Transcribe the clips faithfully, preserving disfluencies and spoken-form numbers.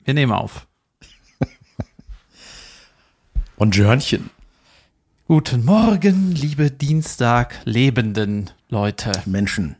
Wir nehmen auf. Bonjournchen. Guten Morgen, liebe Dienstag-lebenden Leute. Menschen.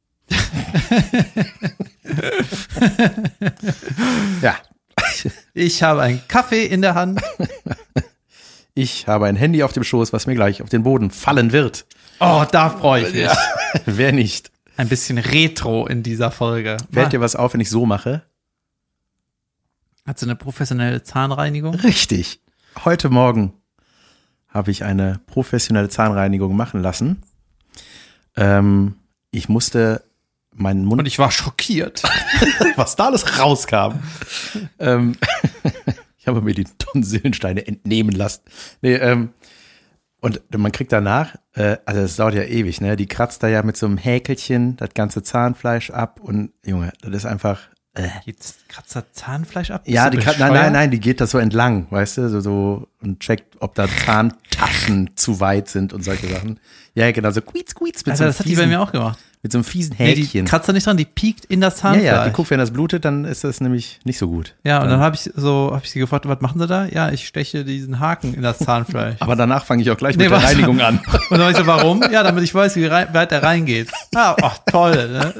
Ja. Ich habe einen Kaffee in der Hand. Ich habe ein Handy auf dem Schoß, was mir gleich auf den Boden fallen wird. Oh, da freue ich mich. Ja. Wer nicht? Ein bisschen Retro in dieser Folge. Fällt dir was auf, wenn ich so mache? Hat sie eine professionelle Zahnreinigung? Richtig. Heute Morgen habe ich eine professionelle Zahnreinigung machen lassen. Ähm, ich musste meinen Mund... Und ich war schockiert. was da alles rauskam. ähm, ich habe mir die Tonsillensteine entnehmen lassen. Nee, ähm, und man kriegt danach, äh, also das dauert ja ewig, ne? Die kratzt da ja mit so einem Häkelchen das ganze Zahnfleisch ab und Junge, das ist einfach... Äh. Jetzt kratzt das Zahnfleisch ab? Ja, die kratzt, nein, nein, nein, die geht das so entlang, weißt du, so, so und checkt, ob da Zahntaschen zu weit sind und solche Sachen. Ja, genau, so quietz, quietz. Mit also so das fiesen, hat die bei mir auch gemacht. Mit so einem fiesen Nee, Häkchen. die kratzt da nicht dran, die piekt in das Zahnfleisch. Ja, ja, die guckt, wenn das blutet, dann ist das nämlich nicht so gut. Ja, und dann, dann habe ich so, habe ich sie gefragt, was machen sie da? Ja, ich steche diesen Haken in das Zahnfleisch. Aber danach fange ich auch gleich Nee, mit der was? Reinigung an. Und dann habe ich so, warum? Ja, damit ich weiß, wie weit der reingeht. Ah, ach, toll, ne?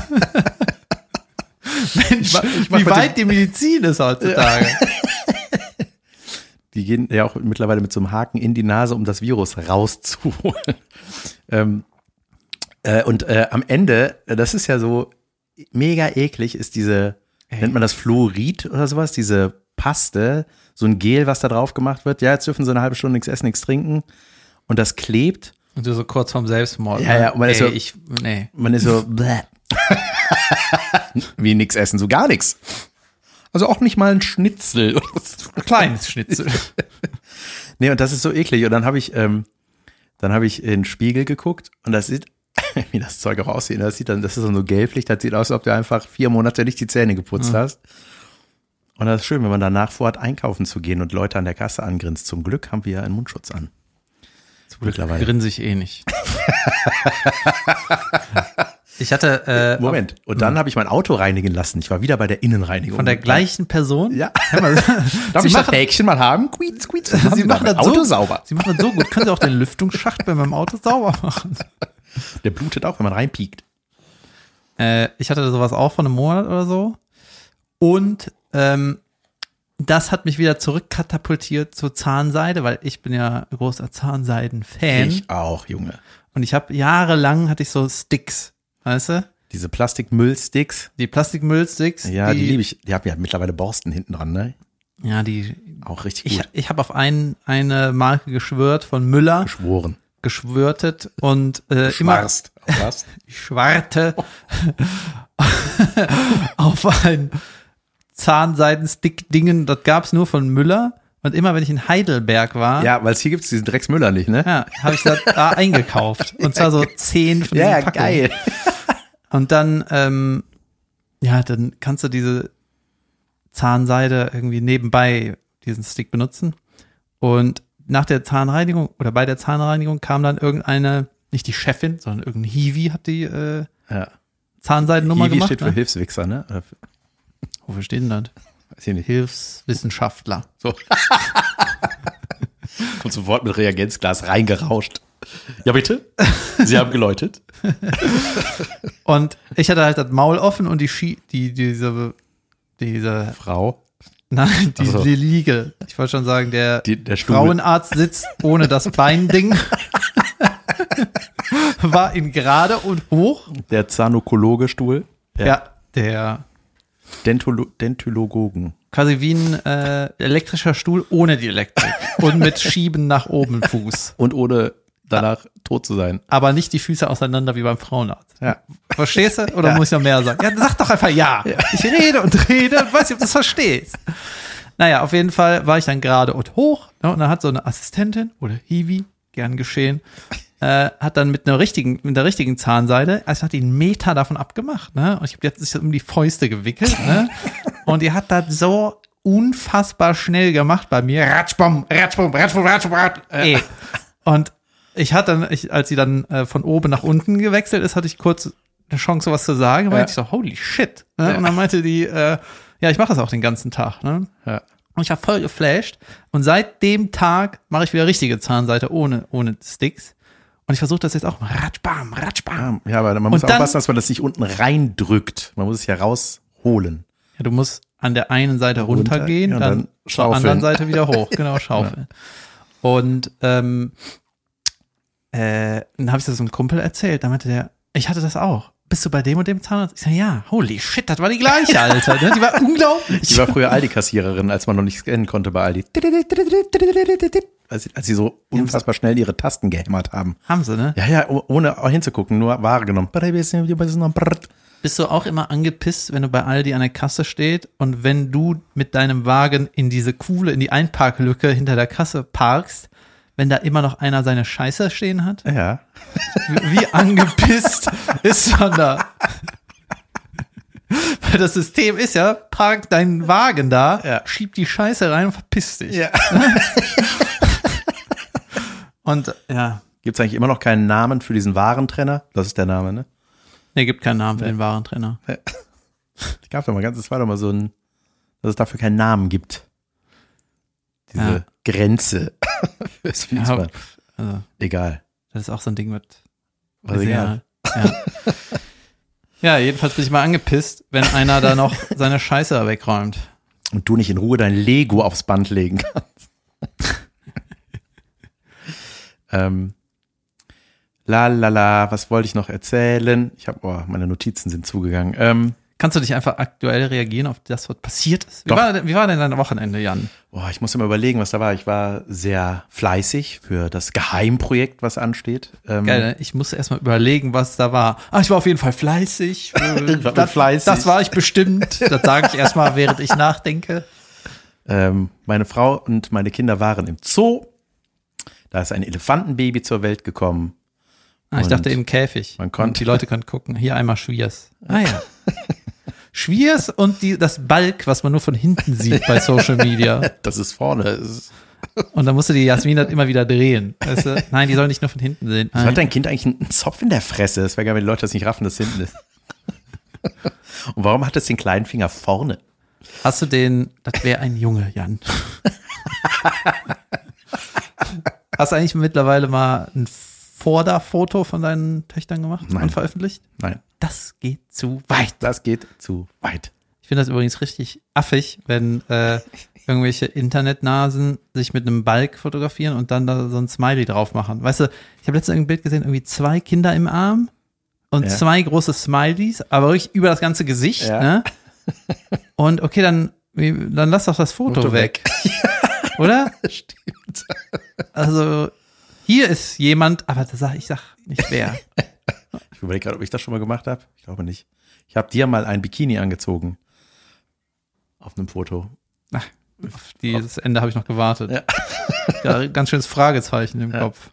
Mensch, ich mach wie mit weit die Medizin ist heutzutage. Die gehen ja auch mittlerweile mit so einem Haken in die Nase, um das Virus rauszuholen. ähm, äh, und äh, am Ende, das ist ja so mega eklig, ist diese, Ey. nennt man das Fluorid oder sowas, diese Paste, so ein Gel, was da drauf gemacht wird. Ja, jetzt dürfen sie eine halbe Stunde nichts essen, nichts trinken. Und das klebt. Und du so kurz vorm Selbstmord. Ja, ja, und man Ey, ist so, ich, nee. man ist so, bläh. Wie nix essen, so gar nichts. Also auch nicht mal ein Schnitzel. Ein kleines Schnitzel. Nee, und das ist so eklig. Und dann habe ich, ähm, dann habe ich in den Spiegel geguckt und das sieht, wie das Zeug auch aussieht. Das sieht dann, das ist so gelblich, das sieht aus, als ob du einfach vier Monate nicht die Zähne geputzt mhm. hast. Und das ist schön, wenn man danach vorhat, einkaufen zu gehen und Leute an der Kasse angrinst. Zum Glück haben wir ja einen Mundschutz an. Zum Glück grinse ich eh nicht. Ich hatte äh, Moment, und dann habe ich mein Auto reinigen lassen. Ich war wieder bei der Innenreinigung. Von der gleichen Person? Ja. Darf ich das Häkchen mal haben? Quietz, quietz. Sie, sie machen das Auto so sauber. Sie machen das so gut. Können Sie auch den Lüftungsschacht bei meinem Auto sauber machen? Der blutet auch, wenn man reinpiekt. Äh, ich hatte sowas auch von einem Monat oder so. Und ähm, das hat mich wieder zurückkatapultiert zur Zahnseide, weil ich bin ja großer Zahnseiden-Fan. Ich auch, Junge. Und ich habe jahrelang hatte ich so Sticks. Weißt du? Diese Plastikmüllsticks. Die Plastikmüllsticks. Ja, die, die liebe ich. Die haben ja mittlerweile Borsten hinten dran, ne? Ja, die. Auch richtig gut. Ich, ich habe auf ein, eine Marke geschwört von Müller. Geschworen. Geschwörtet und äh, Schwarzt. immer. Auf was? Ich schwarte auf ein Zahnseitenstick-Dingen. Das gab's nur von Müller. Und immer, wenn ich in Heidelberg war. Ja, weil hier gibt's diesen Drecks Müller nicht, ne? Ja, habe ich das da eingekauft. Und zwar so zehn von diesen Ja, Packungen. geil. Und dann, ähm, ja, dann kannst du diese Zahnseide irgendwie nebenbei diesen Stick benutzen. Und nach der Zahnreinigung oder bei der Zahnreinigung kam dann irgendeine, nicht die Chefin, sondern irgendein Hiwi hat die äh, ja. Zahnseidennummer Hiwi gemacht. steht für ne? Hilfswichser, ne? Oder für, wofür steht denn das? weiß ich nicht. Hilfswissenschaftler. So. Kommt sofort mit Reagenzglas reingerauscht. Ja, bitte? Sie haben geläutet. Und ich hatte halt das Maul offen und die Schi die diese diese Frau. Nein, die, so. die Liege. Ich wollte schon sagen, der, die, der Stuhl. Frauenarzt sitzt ohne das Beinding. War in gerade und hoch. Der Zahnokologe-Stuhl. Ja, ja der Dentolo Dentylogogen. Quasi wie ein äh, elektrischer Stuhl ohne die Elektrik. Und mit Schieben nach oben im Fuß. Und ohne danach ja. tot zu sein. Aber nicht die Füße auseinander wie beim Frauenarzt. Ja. Verstehst du? Oder ja. muss ich noch mehr sagen? Ja, sag doch einfach ja. ja. Ich rede und rede und weiß nicht, ob du das verstehst. Naja, auf jeden Fall war ich dann gerade und hoch. Ne, und dann hat so eine Assistentin oder Hiwi, gern geschehen, äh, hat dann mit einer richtigen, mit der richtigen Zahnseide, also hat die einen Meter davon abgemacht. Ne? Und ich habe jetzt sich um die Fäuste gewickelt. Ne? Und die hat das so unfassbar schnell gemacht bei mir. Ratschbom, ratschbom, ratschbom, ratschbom, ratschbom. Ey. Und ich hatte dann, ich, als sie dann äh, von oben nach unten gewechselt ist, hatte ich kurz eine Chance, sowas zu sagen, weil ja. ich so, holy shit. Ne? Ja. Und dann meinte die, äh, Ja, ich mache das auch den ganzen Tag. Ne? Ja. Und ich war voll geflasht. Und seit dem Tag mache ich wieder richtige Zahnseite ohne, ohne Sticks. Und ich versuche das jetzt auch mal. Ratschbam, ratschbam. Ja, aber man muss aufpassen, dass man das nicht unten reindrückt. Man muss es ja rausholen. Ja, du musst an der einen Seite runtergehen, Runter, ja, dann, dann zur anderen Seite wieder hoch. Genau, schaufeln. Ja. Und ähm, äh, dann habe ich das so einem Kumpel erzählt. Da meinte der, ich hatte das auch. Bist du bei dem und dem Zahnarzt? Ich sage, ja, holy shit, das war die gleiche, Alter. Ne? Die war unglaublich. Die war früher Aldi-Kassiererin, als man noch nicht scannen konnte bei Aldi. Als, als sie so unfassbar schnell ihre Tasten gehämmert haben. Haben sie, ne? Ja, ja, ohne hinzugucken, nur Ware genommen. Bist du auch immer angepisst, wenn du bei Aldi an der Kasse steht und wenn du mit deinem Wagen in diese Kuhle, in die Einparklücke hinter der Kasse parkst, wenn da immer noch einer seine Scheiße stehen hat? Ja. Wie angepisst ist man da? Weil das System ist ja, park deinen Wagen da, ja. schieb die Scheiße rein und verpiss dich. Ja. Und ja. Gibt es eigentlich immer noch keinen Namen für diesen Warentrenner? Das ist der Name, ne? Nee, gibt keinen Namen für ja. den Warentrenner. Ja. Ich gab doch mal ganz, es war doch mal so ein, dass es dafür keinen Namen gibt. Diese ja. Grenze. Fürs ja, also, egal. Das ist auch so ein Ding mit. Was egal. Ja. Ja, jedenfalls bin ich mal angepisst, wenn einer da noch seine Scheiße wegräumt. Und du nicht in Ruhe dein Lego aufs Band legen kannst. ähm, la la la, was wollte ich noch erzählen? Ich habe, oh, meine Notizen sind zugegangen. Ähm, Kannst du dich einfach aktuell reagieren auf das, was passiert ist? Wie, war, wie war denn dein Wochenende, Jan? Oh, ich muss immer überlegen, was da war. Ich war sehr fleißig für das Geheimprojekt, was ansteht. Ähm, Geil, ne? Ich musste erstmal überlegen, was da war. Ah, ich war auf jeden Fall fleißig. ich war das, fleißig. Das war ich bestimmt. Das sage ich erstmal, während ich nachdenke. Ähm, meine Frau und meine Kinder waren im Zoo. Da ist ein Elefantenbaby zur Welt gekommen. Ah, ich dachte im Käfig. Man konnte. Und die Leute können gucken. Hier einmal Schwiers. Ah ja. Schwiers und die, das Balk, was man nur von hinten sieht bei Social Media. Das ist vorne. Das ist und dann musste die Jasmin das immer wieder drehen. Weißt du? Nein, die soll nicht nur von hinten sehen. Wieso hat dein Kind eigentlich einen Zopf in der Fresse? Das wäre geil, wenn die Leute das nicht raffen, dass hinten ist. Und warum hat es den kleinen Finger vorne? Hast du den, das wäre ein Junge, Jan. Hast du eigentlich mittlerweile mal ein Vorderfoto von deinen Töchtern gemacht Nein. und veröffentlicht? Nein. Das geht zu weit. Das geht zu weit. Ich finde das übrigens richtig affig, wenn äh, irgendwelche Internetnasen sich mit einem Balk fotografieren und dann da so ein Smiley drauf machen. Weißt du, ich habe letztens ein Bild gesehen, irgendwie zwei Kinder im Arm und ja. zwei große Smileys, aber wirklich über das ganze Gesicht. Ja. Ne? Und okay, dann, dann lass doch das Foto, Foto weg. weg. Oder? Stimmt. Also hier ist jemand, aber das sag, ich sag nicht wer. Ich überlege gerade, ob ich das schon mal gemacht habe. Ich glaube nicht. Ich habe dir mal ein Bikini angezogen. Auf einem Foto. Ach, auf dieses auf. Ende habe ich noch gewartet. Ja. Ja, ganz schönes Fragezeichen im ja. Kopf.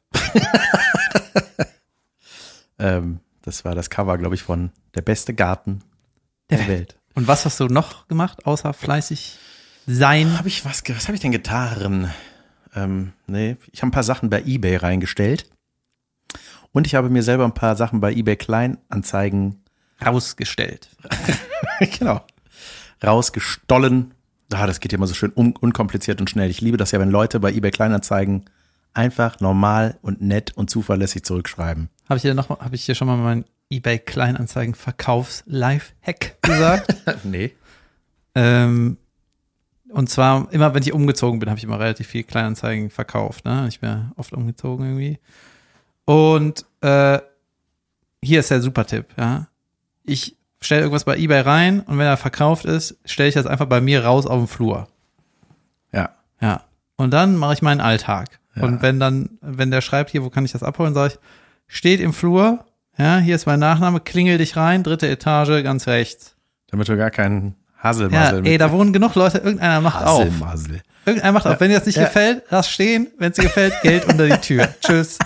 ähm, das war das Cover, glaube ich, von Der beste Garten der, der Welt. Welt. Und was hast du noch gemacht, außer fleißig sein? Habe ich was, was habe ich denn getan? Ähm, nee, ich habe ein paar Sachen bei eBay reingestellt. Und ich habe mir selber ein paar Sachen bei eBay Kleinanzeigen rausgestellt. Genau. Rausgestollen. Ah, das geht ja immer so schön un- unkompliziert und schnell. Ich liebe das ja, wenn Leute bei eBay Kleinanzeigen einfach normal und nett und zuverlässig zurückschreiben. Habe ich dir noch, habe ich dir schon mal meinen eBay Kleinanzeigen Verkaufs-Life-Hack gesagt? Nee. Ähm, und zwar immer, wenn ich umgezogen bin, habe ich immer relativ viel Kleinanzeigen verkauft. Ne? Ich bin ja oft umgezogen irgendwie. Und äh, hier ist der Super-Tipp. Ja? Ich stelle irgendwas bei eBay rein und wenn er verkauft ist, stelle ich das einfach bei mir raus auf dem Flur. Ja. Ja. Und dann mache ich meinen Alltag. Ja. Und wenn dann, wenn der schreibt, hier, wo kann ich das abholen, sage ich, steht im Flur, ja, hier ist mein Nachname, klingel dich rein, dritte Etage, ganz rechts. Damit du gar keinen Haselmasel Ja, ey, da wohnen genug Leute, irgendeiner macht auf. Haselmasel. Irgendeiner macht auf. Wenn dir das nicht ja. gefällt, lass stehen. Wenn es dir gefällt, Geld unter die Tür. Tschüss.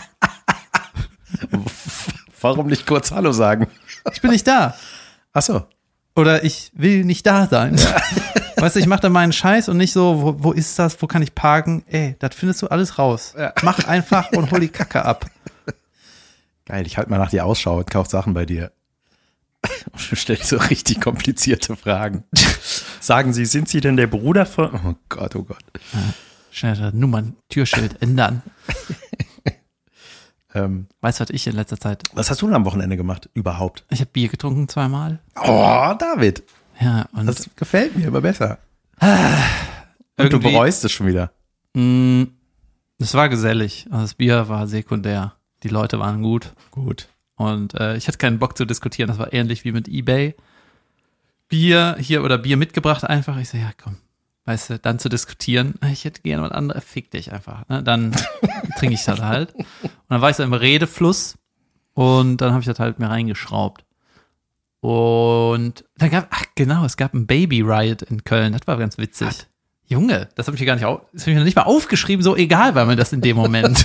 Warum nicht kurz Hallo sagen? Ich bin nicht da. Ach so. Oder ich will nicht da sein. Ja. Weißt du, ich mache da meinen Scheiß und nicht so, wo, wo ist das, wo kann ich parken? Ey, das findest du alles raus. Ja. Mach einfach und hol die Kacke ab. Geil, ich halte mal nach dir Ausschau und kauf Sachen bei dir. Du stellst so richtig komplizierte Fragen. Sagen Sie, sind Sie denn der Bruder von... Oh Gott, oh Gott. Ja, schnell das Nummern-Türschild ändern. ähm, weißt du, was ich in letzter Zeit... Was hast du denn am Wochenende gemacht, überhaupt? Ich habe Bier getrunken zweimal. Oh, David. Ja, und... Das gefällt mir immer besser. Und du bereust es schon wieder. Mh, das war gesellig. Also das Bier war sekundär. Die Leute waren gut. Gut. Und äh, ich hatte keinen Bock zu diskutieren. Das war ähnlich wie mit eBay. Bier hier oder Bier mitgebracht einfach. Ich so, ja komm, weißt du, dann zu diskutieren. Ich hätte gerne was anderes. Fick dich einfach. Ne? Dann trinke ich das halt. Und dann war ich so im Redefluss. Und dann habe ich das halt mir reingeschraubt. Und dann gab, ach genau, es gab ein Baby Riot in Köln. Das war ganz witzig. Was? Junge, das habe ich mir gar nicht, auf, das habe ich mir nicht mal aufgeschrieben. So egal war mir das in dem Moment.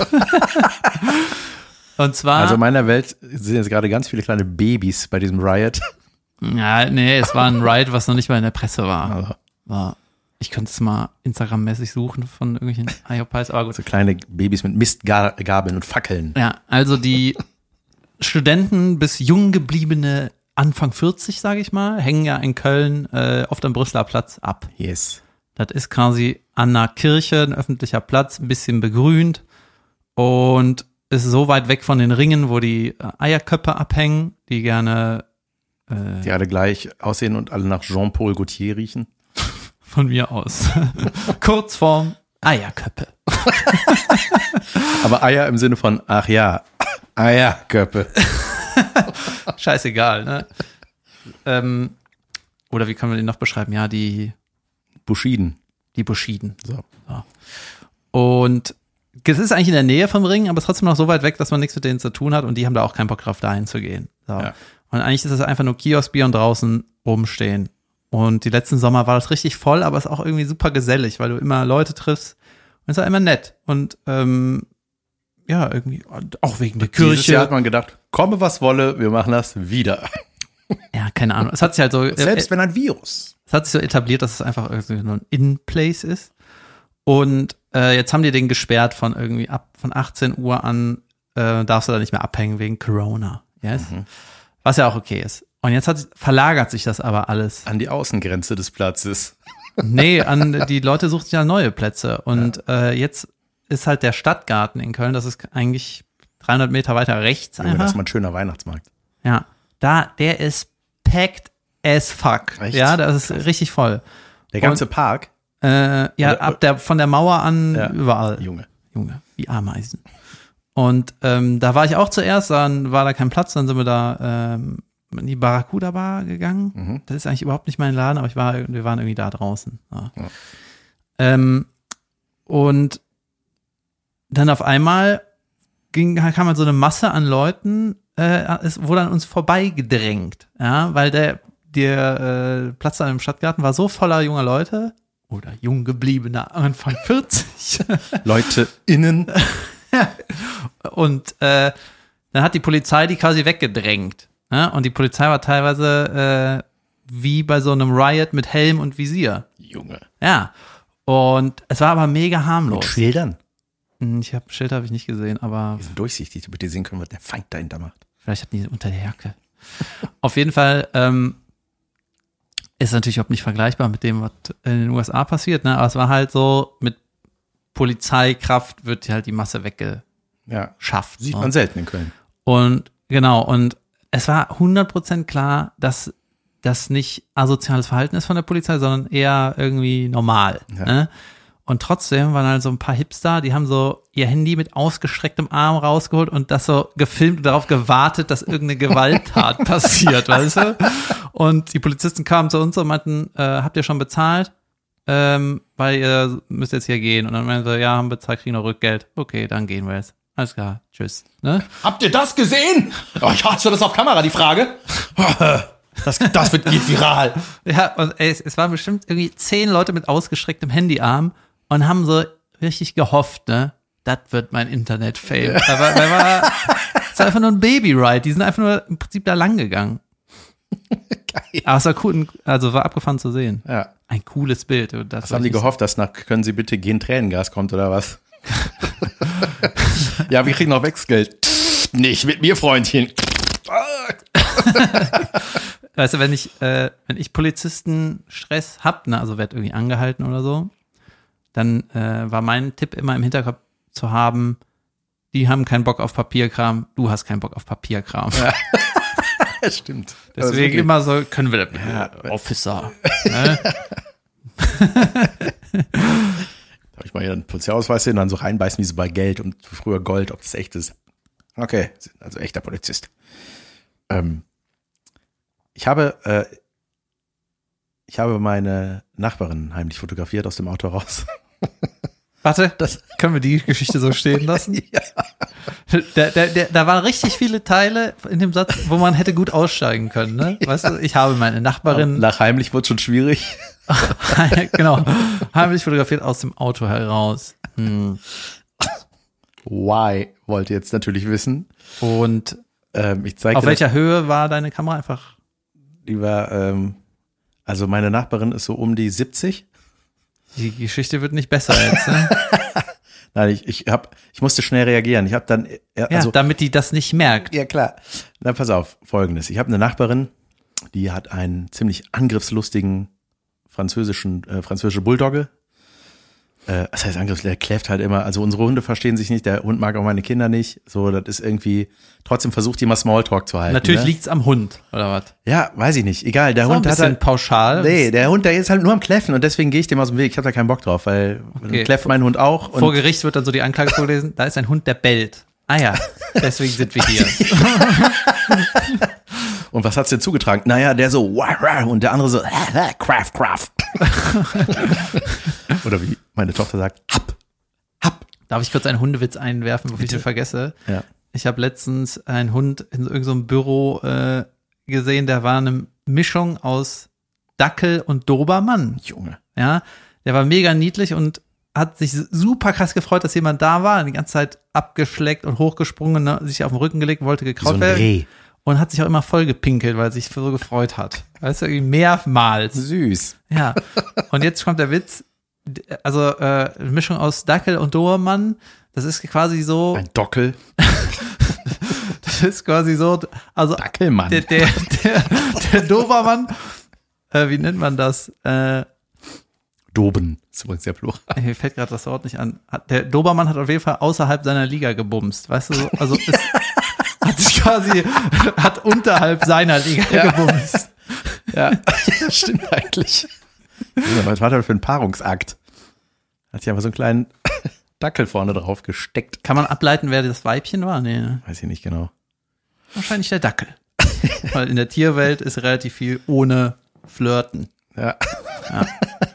Und zwar. Also in meiner Welt sind jetzt gerade ganz viele kleine Babys bei diesem Riot. Ja, nee, es war ein Riot, was noch nicht mal in der Presse war. Also. war ich könnte es mal Instagram-mäßig suchen von irgendwelchen I O Pies, aber gut. So kleine Babys mit Mistgabeln und Fackeln. Ja, also die Studenten bis jung gebliebene Anfang vierzig, sage ich mal, hängen ja in Köln äh, oft am Brüsseler Platz ab. Yes. Das ist quasi an einer Kirche, ein öffentlicher Platz, ein bisschen begrünt und ist so weit weg von den Ringen, wo die Eierköpfe abhängen, die gerne äh, die alle gleich aussehen und alle nach Jean-Paul Gaultier riechen. Von mir aus. Kurzform Eierköpfe. Aber Eier im Sinne von, ach ja, Eierköpfe. Scheißegal, ne? Ähm, oder wie können wir den noch beschreiben? Ja, die Buschiden. Die Buschiden. So. so. Und es ist eigentlich in der Nähe vom Ring, aber es ist trotzdem noch so weit weg, dass man nichts mit denen zu tun hat und die haben da auch keinen Bock drauf, dahin zu gehen. So. Ja. Und eigentlich ist es einfach nur Kioskbier und draußen rumstehen. Und die letzten Sommer war das richtig voll, aber es ist auch irgendwie super gesellig, weil du immer Leute triffst und es ist immer nett. Und ähm, ja, irgendwie auch wegen der Kirche. Dieses Jahr hat man gedacht, komme was wolle, wir machen das wieder. Ja, keine Ahnung. Es hat sich halt so selbst äh, wenn ein Virus. Es hat sich so etabliert, dass es einfach irgendwie nur ein In-Place ist. Und äh, jetzt haben die den gesperrt von irgendwie ab von achtzehn Uhr an äh, darfst du da nicht mehr abhängen wegen Corona. Yes? Mhm. Was ja auch okay ist. Und jetzt hat, verlagert sich das aber alles. An die Außengrenze des Platzes. Nee, an die Leute suchen sich ja neue Plätze. Und ja. äh, jetzt ist halt der Stadtgarten in Köln, das ist eigentlich dreihundert Meter weiter rechts einfach. Ja, das ist mal ein schöner Weihnachtsmarkt. Ja, da, der ist packed as fuck. Echt? Ja, das ist Krass. richtig voll. Der ganze Und, Park? Äh, ja, Oder, ab der, von der Mauer an ja. überall. Junge. Junge, wie Ameisen. Und ähm, da war ich auch zuerst, dann war da kein Platz, dann sind wir da ähm, in die Barracuda Bar gegangen. Mhm. Das ist eigentlich überhaupt nicht mein Laden, aber ich war, wir waren irgendwie da draußen. Ja. Ja. Ähm, und dann auf einmal ging, kam halt so eine Masse an Leuten, äh, es wurde an uns vorbeigedrängt, ja, weil der, der äh, Platz an dem Stadtgarten war so voller junger Leute oder jung gebliebener Anfang vierzig. Leute innen. Und äh, dann hat die Polizei die quasi weggedrängt. Ja? Und die Polizei war teilweise äh, wie bei so einem Riot mit Helm und Visier. Junge. Ja. Und es war aber mega harmlos. Mit Schildern? Ich habe Schilder habe ich nicht gesehen, aber die sind durchsichtig, damit ihr sehen können, was der Feind dahinter macht. Vielleicht hat die unter der Jacke. Auf jeden Fall ähm, ist natürlich überhaupt nicht vergleichbar mit dem, was in den U S A passiert, ne? Aber es war halt so, mit Polizeikraft wird halt die Masse weggeschafft. Ja, sieht so. man selten in Köln. Und genau, und es war hundert Prozent klar, dass das nicht asoziales Verhalten ist von der Polizei, sondern eher irgendwie normal. Ja. Ne? Und trotzdem waren halt so ein paar Hipster, die haben so ihr Handy mit ausgestrecktem Arm rausgeholt und das so gefilmt und darauf gewartet, dass irgendeine Gewalttat passiert, weißt du? Und die Polizisten kamen zu uns und meinten, äh, habt ihr schon bezahlt? Ähm, weil ihr müsst jetzt hier gehen. Und dann meinten sie, ja, haben bezahlt, kriegen noch Rückgeld. Okay, dann gehen wir jetzt. Alles klar, tschüss. Ne? Habt ihr das gesehen? Oh, ich hast du das auf Kamera, die Frage? Das, das wird, geht viral. Ja, und ey, es, es waren bestimmt irgendwie zehn Leute mit ausgestrecktem Handyarm und haben so richtig gehofft, ne? Das wird mein Internet-Fail. Ja. Aber weil war, es war einfach nur ein Baby-Ride. Die sind einfach nur im Prinzip da lang gegangen. Geil. Aber es war cool, also war abgefahren zu sehen. Ja. Ein cooles Bild. Das was haben die gehofft, dass nach können Sie bitte gehen Tränengas kommt oder was? Ja, wir kriegen noch Wechselgeld. Nicht mit mir, Freundchen. Weißt du, wenn ich, äh, wenn ich Polizistenstress hab, ne, also werd irgendwie angehalten oder so, dann äh, war mein Tipp immer im Hinterkopf zu haben, die haben keinen Bock auf Papierkram, du hast keinen Bock auf Papierkram. Ja. Stimmt. Deswegen immer so, können wir das, ja, Officer. Ne? Darf ich mal hier einen Polizeiausweis sehen und dann so reinbeißen wie so bei Geld und früher Gold, ob das echt ist. Okay, also echter Polizist. Ähm, ich habe, äh, ich habe meine Nachbarin heimlich fotografiert aus dem Auto raus. Warte, das können wir die Geschichte so stehen lassen? Ja. Da, da, da, da waren richtig viele Teile in dem Satz, wo man hätte gut aussteigen können. Ne? Weißt du, ich habe meine Nachbarin. Nach heimlich wurde schon schwierig. Genau, heimlich fotografiert aus dem Auto heraus. Hm. Why wollte jetzt natürlich wissen. Und ähm, ich zeige auf welcher Höhe war deine Kamera einfach? Die war, ähm, also meine Nachbarin ist so um die siebzig. Die Geschichte wird nicht besser jetzt, ne? Nein, ich, ich hab, ich musste schnell reagieren. Ich habe dann, ja, also, ja, damit die das nicht merkt. Ja, klar. Na, pass auf, Folgendes. Ich habe eine Nachbarin, die hat einen ziemlich angriffslustigen französischen, äh, französische Bulldogge. Äh, das heißt angriffslustig, der kläfft halt immer. Also unsere Hunde verstehen sich nicht, der Hund mag auch meine Kinder nicht. So, das ist irgendwie, trotzdem versucht die immer Smalltalk zu halten. Natürlich ne? liegt's am Hund, oder was? Ja, weiß ich nicht. Egal, der ist Hund ein hat bisschen halt, pauschal. Nee, der Hund, der ist halt nur am Kläffen und deswegen gehe ich dem aus dem Weg. Ich habe da keinen Bock drauf, weil Okay. kläfft mein Hund auch. Und Vor Gericht wird dann so die Anklage vorgelesen, da ist ein Hund, der bellt. Ah ja, deswegen sind wir hier. Und was hat's denn zugetragen? Naja, der so, wah, wah, und der andere so, craft, craft. Oder wie meine Tochter sagt, hab, hab. Darf ich kurz einen Hundewitz einwerfen, bevor ich den vergesse? Ja. Ich habe letztens einen Hund in irgendeinem so einem Büro äh, gesehen, der war eine Mischung aus Dackel und Dobermann. Junge. Ja, der war mega niedlich und hat sich super krass gefreut, dass jemand da war, die ganze Zeit abgeschleckt und hochgesprungen, ne, sich auf den Rücken gelegt, wollte gekraut So ein werden. Reh. Und hat sich auch immer voll gepinkelt, weil er sich so gefreut hat. Weißt du, irgendwie mehrmals. Süß. Ja. Und jetzt kommt der Witz. Also, äh, eine Mischung aus Dackel und Dobermann. Das ist quasi so. Ein Dockel. Das ist quasi so. Also, Dackelmann. der, der, der, der Dobermann, äh, wie nennt man das? Äh, Doben. Das ist übrigens der Plural. mir fällt gerade das Wort nicht an. Der Dobermann hat auf jeden Fall außerhalb seiner Liga gebumst. Weißt du, so? Also, es hat sich quasi, hat unterhalb seiner Liga Ja. gebumst. Ja, das stimmt eigentlich. Ja, was war das für ein Paarungsakt? Hat sich einfach so einen kleinen Dackel vorne drauf gesteckt. Kann man ableiten, wer das Weibchen war? Nee, ne? Weiß ich nicht genau. Wahrscheinlich der Dackel. Weil in der Tierwelt ist relativ viel ohne Flirten. Ja. Ja.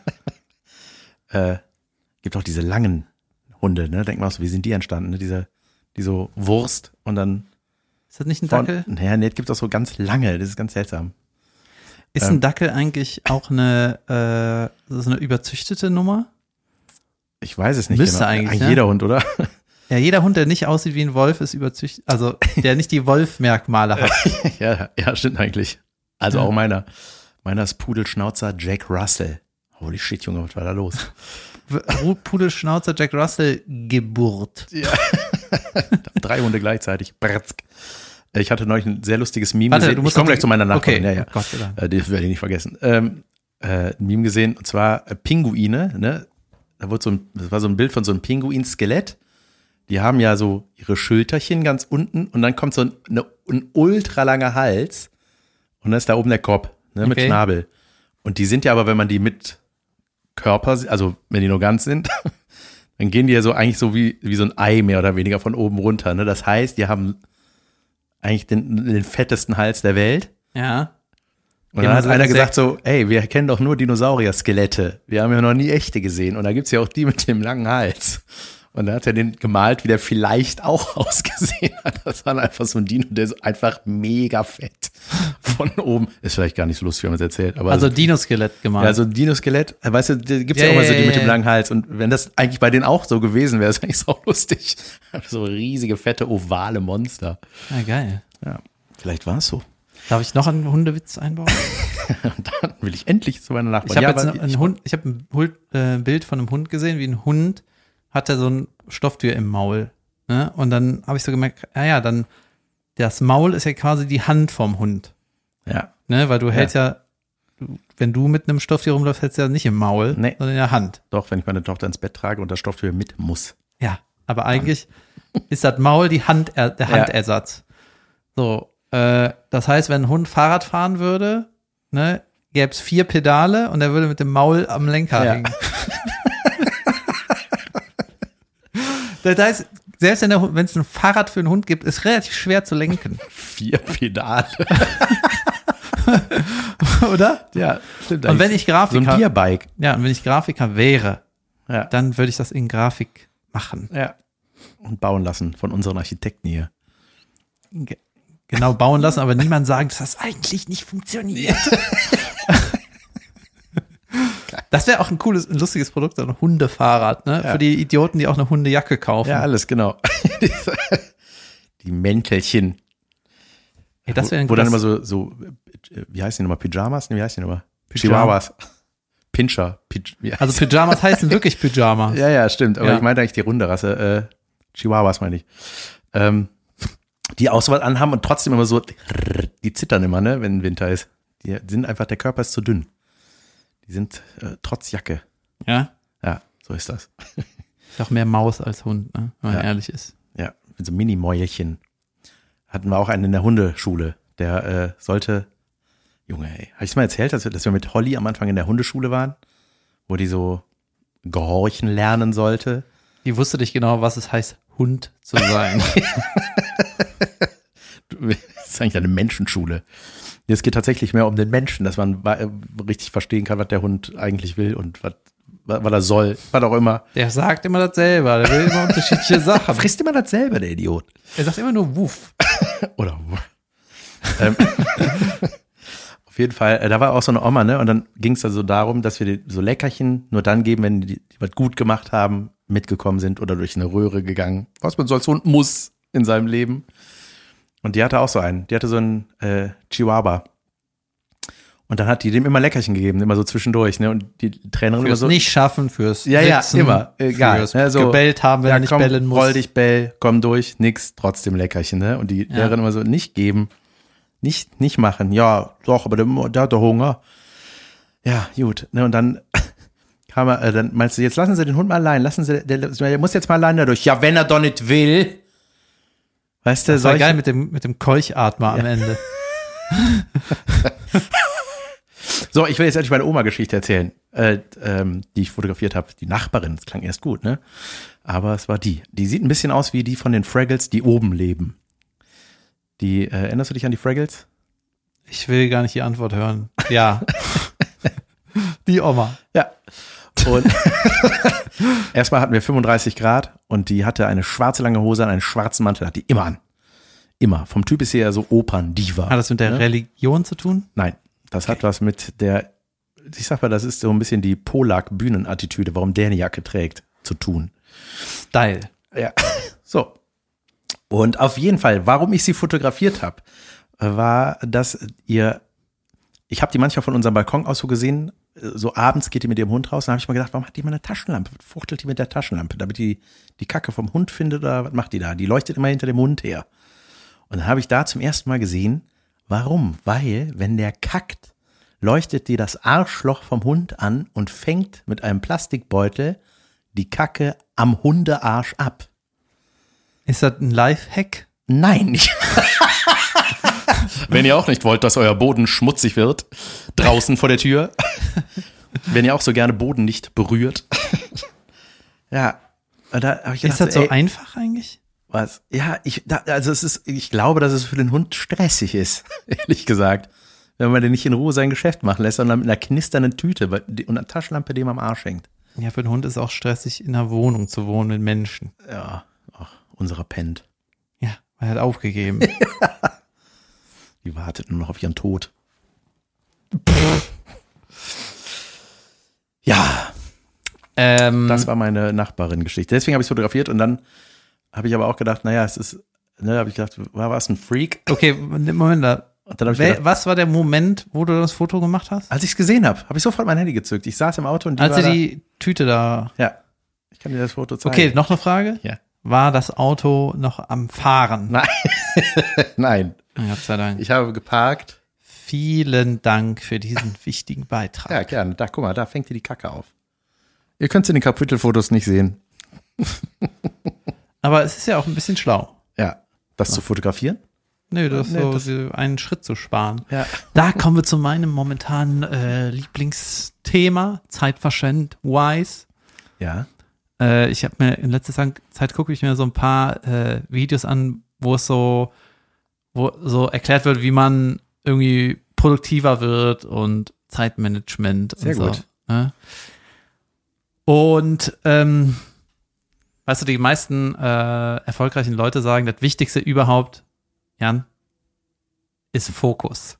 äh, gibt auch diese langen Hunde, ne? Denk mal so, wie sind die entstanden? Ne? Diese, die so Wurst und dann. Ist das nicht ein Von, Dackel? naja, nee, es gibt auch so ganz lange, das ist ganz seltsam. Ist ähm, ein Dackel eigentlich auch eine, äh, so eine überzüchtete Nummer? Ich weiß es nicht Müsste genau. eigentlich, ne? Jeder Hund, oder? Ja, jeder Hund, der nicht aussieht wie ein Wolf, ist überzüchtet, also der nicht die Wolf-Merkmale hat. ja, ja, stimmt eigentlich. Also Ja. auch meiner. Meiner ist Pudelschnauzer Jack Russell. Holy shit, Junge, was war da los? Pudelschnauzer Jack Russell Geburt. Ja. Drei Hunde gleichzeitig. Bratzk. Ich hatte neulich ein sehr lustiges Meme Warte, gesehen. du musst ich komme doch- gleich zu meiner Nachbarin. Okay, Ja, ja. Gott sei Dank. Äh, Das werde ich nicht vergessen. Ähm, äh, ein Meme gesehen, und zwar äh, Pinguine. Ne? Da wurde so ein, das war so ein Bild von so einem Pinguin-Skelett. Die haben ja so ihre Schulterchen ganz unten und dann kommt so ein, eine, ein ultralanger Hals und dann ist da oben der Kopf, ne, mit Okay. Schnabel. Und die sind ja aber, wenn man die mit Körper, also wenn die nur ganz sind, dann gehen die ja so eigentlich so wie, wie so ein Ei mehr oder weniger von oben runter. Ne? Das heißt, die haben eigentlich den, den fettesten Hals der Welt. Ja. Und Ja, dann hat man einer sagt- gesagt so, ey, wir kennen doch nur Dinosaurier-Skelette. Wir haben ja noch nie echte gesehen. Und da gibt's ja auch die mit dem langen Hals. Und da hat er den gemalt, wie der vielleicht auch ausgesehen hat. Das war einfach so ein Dino, der so einfach mega fett von oben. Ist vielleicht gar nicht so lustig, wenn man es erzählt. Aber Also so, Dinoskelett gemalt. ja, so ein Dino-Skelett, weißt du, da gibt's ja, Ja, auch mal so ja, die mit ja, dem ja. langen Hals. Und wenn das eigentlich bei denen auch so gewesen wäre, ist eigentlich so lustig. So riesige, fette, ovale Monster. Ja, geil. Ja, vielleicht war es so. Darf ich noch einen Hundewitz einbauen? Und dann will ich endlich zu meiner Nachbarin. Ich habe Ja, jetzt aber noch einen Hund, ich habe ein Hund, äh, Bild von einem Hund gesehen, wie ein Hund hatte so ein Stofftür im Maul. Ne? Und dann habe ich so gemerkt, ja, ja, dann das Maul ist ja quasi die Hand vom Hund. Ja. Ne, weil du Ja. hältst ja, wenn du mit einem Stofftier rumläufst, hältst du ja nicht im Maul, Nee. sondern in der Hand. Doch, wenn ich meine Tochter ins Bett trage und das Stofftier mit muss. Ja, aber eigentlich ist das Maul die Hand, der Ja. Handersatz. So, äh, das heißt, wenn ein Hund Fahrrad fahren würde, ne, gäbe es vier Pedale und er würde mit dem Maul am Lenker Ja. hängen. Das heißt, selbst wenn es ein Fahrrad für einen Hund gibt, ist relativ schwer zu lenken, Vier Pedale. oder? Ja, stimmt. Und wenn ich so Grafiker, ein Bierbike. ja, und wenn ich Grafiker wäre, Ja. dann würde ich das in Grafik machen. ja. Und bauen lassen von unseren Architekten hier. Ge- Genau, bauen lassen, aber niemand sagen, dass das eigentlich nicht funktioniert. Das wäre auch ein cooles, ein lustiges Produkt, so ein Hundefahrrad, ne? Ja. Für die Idioten, die auch eine Hundejacke kaufen. Ja, alles, genau. Die Mäntelchen. Ey, das wäre ein Wo dann gutes- immer so, so, äh, wie heißt die nochmal? Pyjamas? Nee, wie heißt die nochmal? Pyjama. Chihuahuas. Pinscher. Pij wie heißt- Also Pyjamas heißen wirklich Pyjama. ja, ja, stimmt. Aber Ja. ich meinte eigentlich die runde Rasse. Äh, Chihuahuas meine ich. Ähm, die auch sowas anhaben und trotzdem immer so, die zittern immer, ne, wenn Winter ist. Die sind einfach, der Körper ist zu dünn. Die sind äh, trotz Jacke. Ja. Ja, so ist das. Ist auch mehr Maus als Hund, ne? Wenn man Ja. ehrlich ist. Ja, mit so Mini-Mäuerchen. Hatten wir auch einen in der Hundeschule. Der äh, sollte, Junge, ey, habe ich es mal erzählt, dass wir, dass wir mit Holly am Anfang in der Hundeschule waren, wo die so gehorchen lernen sollte. Die wusste nicht genau, was es heißt, Hund zu sein. Das ist eigentlich eine Menschenschule. Es geht tatsächlich mehr um den Menschen, dass man wa- richtig verstehen kann, was der Hund eigentlich will und was, was er soll, was auch immer. Der sagt immer dasselbe, der will immer unterschiedliche Sachen. Frisst immer dasselbe, der Idiot. Er sagt immer nur Wuff. Oder ähm, auf jeden Fall, äh, da war auch so eine Oma, ne? Und dann ging es da so darum, dass wir die, so Leckerchen nur dann geben, wenn die, die was gut gemacht haben, mitgekommen sind oder durch eine Röhre gegangen. Was man so als Hund muss in seinem Leben. Und die hatte auch so einen. Die hatte so einen äh, Chihuahua. Und dann hat die dem immer Leckerchen gegeben, immer so zwischendurch, ne? Und die Trainerin immer Fürs so. nicht schaffen, fürs Ja, ja, Sitzen, immer, egal, fürs ne, so, gebellt haben, wenn ja, er nicht komm, bellen muss. roll dich, bell, komm durch, nix, trotzdem Leckerchen, ne? Und die Ja. Lehrerin immer so, nicht geben, nicht, nicht machen. Ja, doch, aber der, der hat doch Hunger. Ja, gut, ne? Und dann kam er, äh, dann meinst du, jetzt lassen Sie den Hund mal allein, lassen Sie, der, der muss jetzt mal allein da durch. Ja, wenn er doch nicht will. Weißt du, Das war solche- geil mit dem, mit dem Keuchatmer am Ende. So, ich will jetzt endlich meine Oma-Geschichte erzählen, äh, ähm, die ich fotografiert habe. Die Nachbarin, das klang erst gut, ne? Aber es war die. Die sieht ein bisschen aus wie die von den Fraggles, die oben leben. Die, äh, erinnerst du dich an die Fraggles? Ich will gar nicht die Antwort hören. Ja. Die Oma. Ja. Und erstmal hatten wir fünfunddreißig Grad und die hatte eine schwarze lange Hose an, einen schwarzen Mantel, hat die immer an. Immer. Vom Typ ist sie ja so Opern-Diva. Hat das mit der ne? Religion zu tun? Nein, das hat was mit der, ich sag mal, das ist so ein bisschen die Polak-Bühnenattitüde, warum der eine Jacke trägt, zu tun. Style. Ja, so. Und auf jeden Fall, warum ich sie fotografiert habe, war, dass ihr, ich habe die manchmal von unserem Balkon aus so gesehen, so abends geht die mit ihrem Hund raus, dann habe ich mal gedacht, warum hat die mal eine Taschenlampe? Was fuchtelt die mit der Taschenlampe? Damit die die Kacke vom Hund findet oder was macht die da? Die leuchtet immer hinter dem Hund her. Und dann habe ich da zum ersten Mal gesehen, warum? Weil, wenn der kackt, leuchtet dir das Arschloch vom Hund an und fängt mit einem Plastikbeutel die Kacke am Hundearsch ab. Ist das ein Lifehack? Nein, nicht. Wenn ihr auch nicht wollt, dass euer Boden schmutzig wird, draußen vor der Tür, wenn ihr auch so gerne Boden nicht berührt. Ja, da habe ich gedacht, Ist das so ey, einfach eigentlich? was? Ja, ich, da, also es ist, ich glaube, dass es für den Hund stressig ist, ehrlich gesagt. Wenn man den nicht in Ruhe sein Geschäft machen lässt, sondern mit einer knisternden Tüte und einer Taschenlampe, die ihm am Arsch hängt. Ja, für den Hund ist es auch stressig, in einer Wohnung zu wohnen mit Menschen. Ja, ach, unserer pennt. Ja, er hat aufgegeben. Die wartet nur noch auf ihren Tod. Ja, ähm, das war meine Nachbarin-Geschichte. Deswegen habe ich es fotografiert und dann habe ich aber auch gedacht, naja, es ist, ne, habe ich gedacht, war was ein Freak? okay, Moment, da. Und dann habe ich Wer, gedacht, was war der Moment, wo du das Foto gemacht hast? als ich es gesehen habe, habe ich sofort mein Handy gezückt. Ich saß im Auto und die Als war du die Tüte da. da. Ja, ich kann dir das Foto zeigen. Okay, noch eine Frage? Ja. War das Auto noch am Fahren? Nein, nein. Gott sei Dank. Ich habe geparkt. Vielen Dank für diesen wichtigen Beitrag. Ja, gerne. Da, guck mal, da fängt ihr die Kacke auf. Ihr könnt es in den Kapitelfotos nicht sehen. Aber es ist ja auch ein bisschen schlau. Ja, das ja. zu fotografieren? Nö, das nee, so das einen Schritt zu sparen. Ja. Da kommen wir zu meinem momentanen äh, Lieblingsthema, Zeitverschwend, Wise. Ja. Äh, ich habe mir in letzter Zeit gucke ich mir so ein paar äh, Videos an, wo es so, wo so erklärt wird, wie man irgendwie produktiver wird und Zeitmanagement Sehr und so. gut. Ne? Und ähm, weißt du, die meisten äh, erfolgreichen Leute sagen, das Wichtigste überhaupt, Jan, ist Fokus.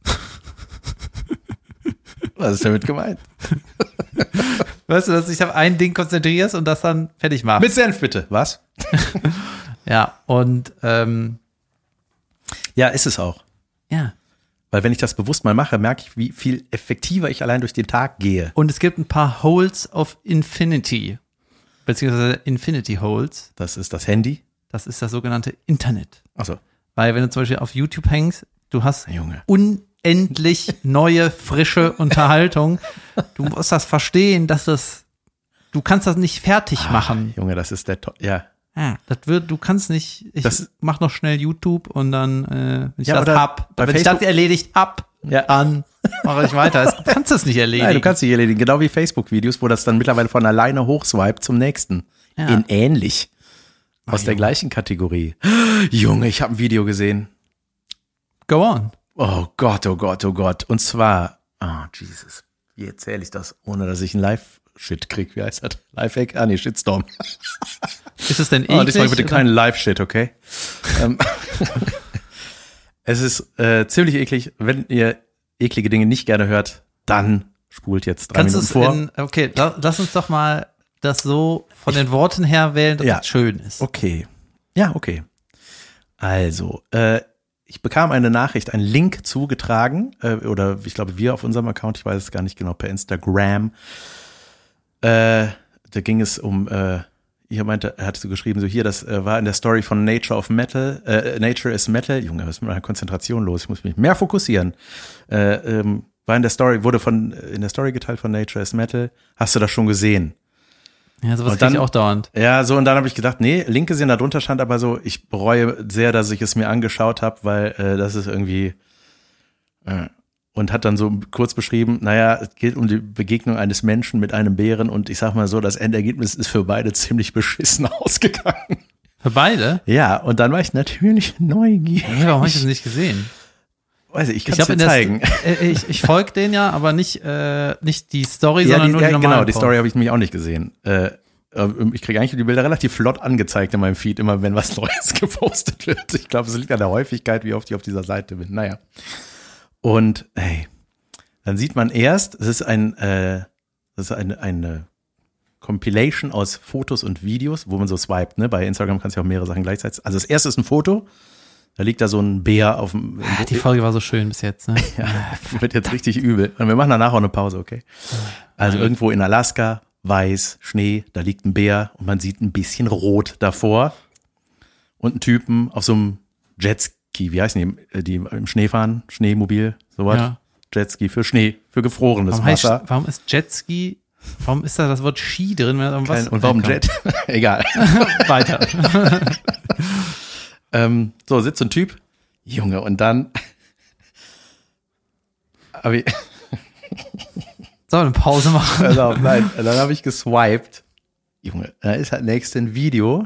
Was ist damit gemeint? Weißt du, dass ich auf ein Ding konzentrierst und das dann fertig machst. Mit Senf bitte. Was? Ja, und ähm, ja, ist es auch. Ja. Weil wenn ich das bewusst mal mache, merke ich, wie viel effektiver ich allein durch den Tag gehe. Und es gibt ein paar Holes of Infinity, beziehungsweise Infinity Holes. Das ist das Handy? Das ist das sogenannte Internet. Ach so. Weil wenn du zum Beispiel auf YouTube hängst, du hast Junge. unendlich neue, frische Unterhaltung. Du musst das verstehen, dass das, du kannst das nicht fertig machen. Ah, Junge, das ist der, to- ja. Ja, das wird, du kannst nicht, ich das, mach noch schnell YouTube und dann, äh, wenn ich ja, das hab, wenn Facebook, ich das erledigt hab, ja. dann mache ich weiter. Du kannst das nicht erledigen. Nein, du kannst nicht erledigen. Genau wie Facebook-Videos, wo das dann mittlerweile von alleine hochswipet zum nächsten. Ja. In ähnlich. Aus oh, der gleichen Kategorie. Junge, ich habe ein Video gesehen. Go on. Oh Gott, oh Gott, oh Gott. Und zwar, oh Jesus, wie erzähle ich das, ohne dass ich einen Live-Shit kriege? Wie heißt das? Live-Hack? Ah nee, Shitstorm. Ist es denn eklig? Oh, diesmal bitte keinen Live-Shit, okay? ähm, es ist äh, ziemlich eklig. Wenn ihr eklige Dinge nicht gerne hört, dann spult jetzt drei Kannst Minuten vor. In, okay, la, lass uns doch mal das so von den Worten her wählen, dass ja, das schön ist. Okay. Ja, okay. Also, äh, ich bekam eine Nachricht, einen Link zugetragen, äh, oder ich glaube, wir auf unserem Account, ich weiß es gar nicht genau, per Instagram. Äh, da ging es um, äh, ich meinte, er hatte so geschrieben, so hier, das äh, war in der Story von Nature of Metal, äh, Nature is Metal. Junge, was ist mit meiner Konzentration los? Ich muss mich mehr fokussieren. Äh, ähm, war in der Story, wurde von in der Story geteilt von Nature is Metal. Hast du das schon gesehen? Ja, sowas kriege ich auch dauernd. Ja, so, und dann habe ich gedacht, nee, Link gesehen, da drunter stand aber so, ich bereue sehr, dass ich es mir angeschaut habe, weil äh, das ist irgendwie äh, und hat dann so kurz beschrieben, naja, es geht um die Begegnung eines Menschen mit einem Bären und ich sag mal so, das Endergebnis ist für beide ziemlich beschissen ausgegangen. Für beide? Ja, und dann war ich natürlich neugierig. Ja, warum habe ich das nicht gesehen? Weiß ich, ich kann es dir zeigen. Der, ich ich folge denen ja, aber nicht, äh, nicht die Story, ja, sondern die, nur die ja, normalen genau, die Posts. Story habe ich nämlich auch nicht gesehen. Äh, ich kriege eigentlich die Bilder relativ flott angezeigt in meinem Feed, immer wenn was Neues gepostet wird. Ich glaube, es liegt an der Häufigkeit, wie oft ich auf dieser Seite bin. Naja. Und hey, dann sieht man erst, es ist ein, äh, das ist eine, eine Compilation aus Fotos und Videos, wo man so swiped, ne? Bei Instagram kannst du ja auch mehrere Sachen gleichzeitig. Also das erste ist ein Foto, da liegt da so ein Bär auf dem. Ah, die Folge war so schön bis jetzt, ne? Ja, wird jetzt richtig übel. Und wir machen danach auch eine Pause, okay? Also Nein. irgendwo in Alaska, weiß, Schnee, da liegt ein Bär und man sieht ein bisschen Rot davor. Und einen Typen auf so einem Jetski, wie heißen die, die im Schnee fahren? Schneemobil, sowas? Ja. Jetski für Schnee, für gefrorenes Warum, heißt, Wasser. warum ist Jetski, warum ist da das Wort Ski drin? Wenn das Kein, und warum Jet? Egal. Weiter. ähm, so, sitzt so ein Typ. Junge, und dann hab ich So, eine Pause machen. Also, nein, dann habe ich geswiped. Junge, da ist halt nächstes ein Video,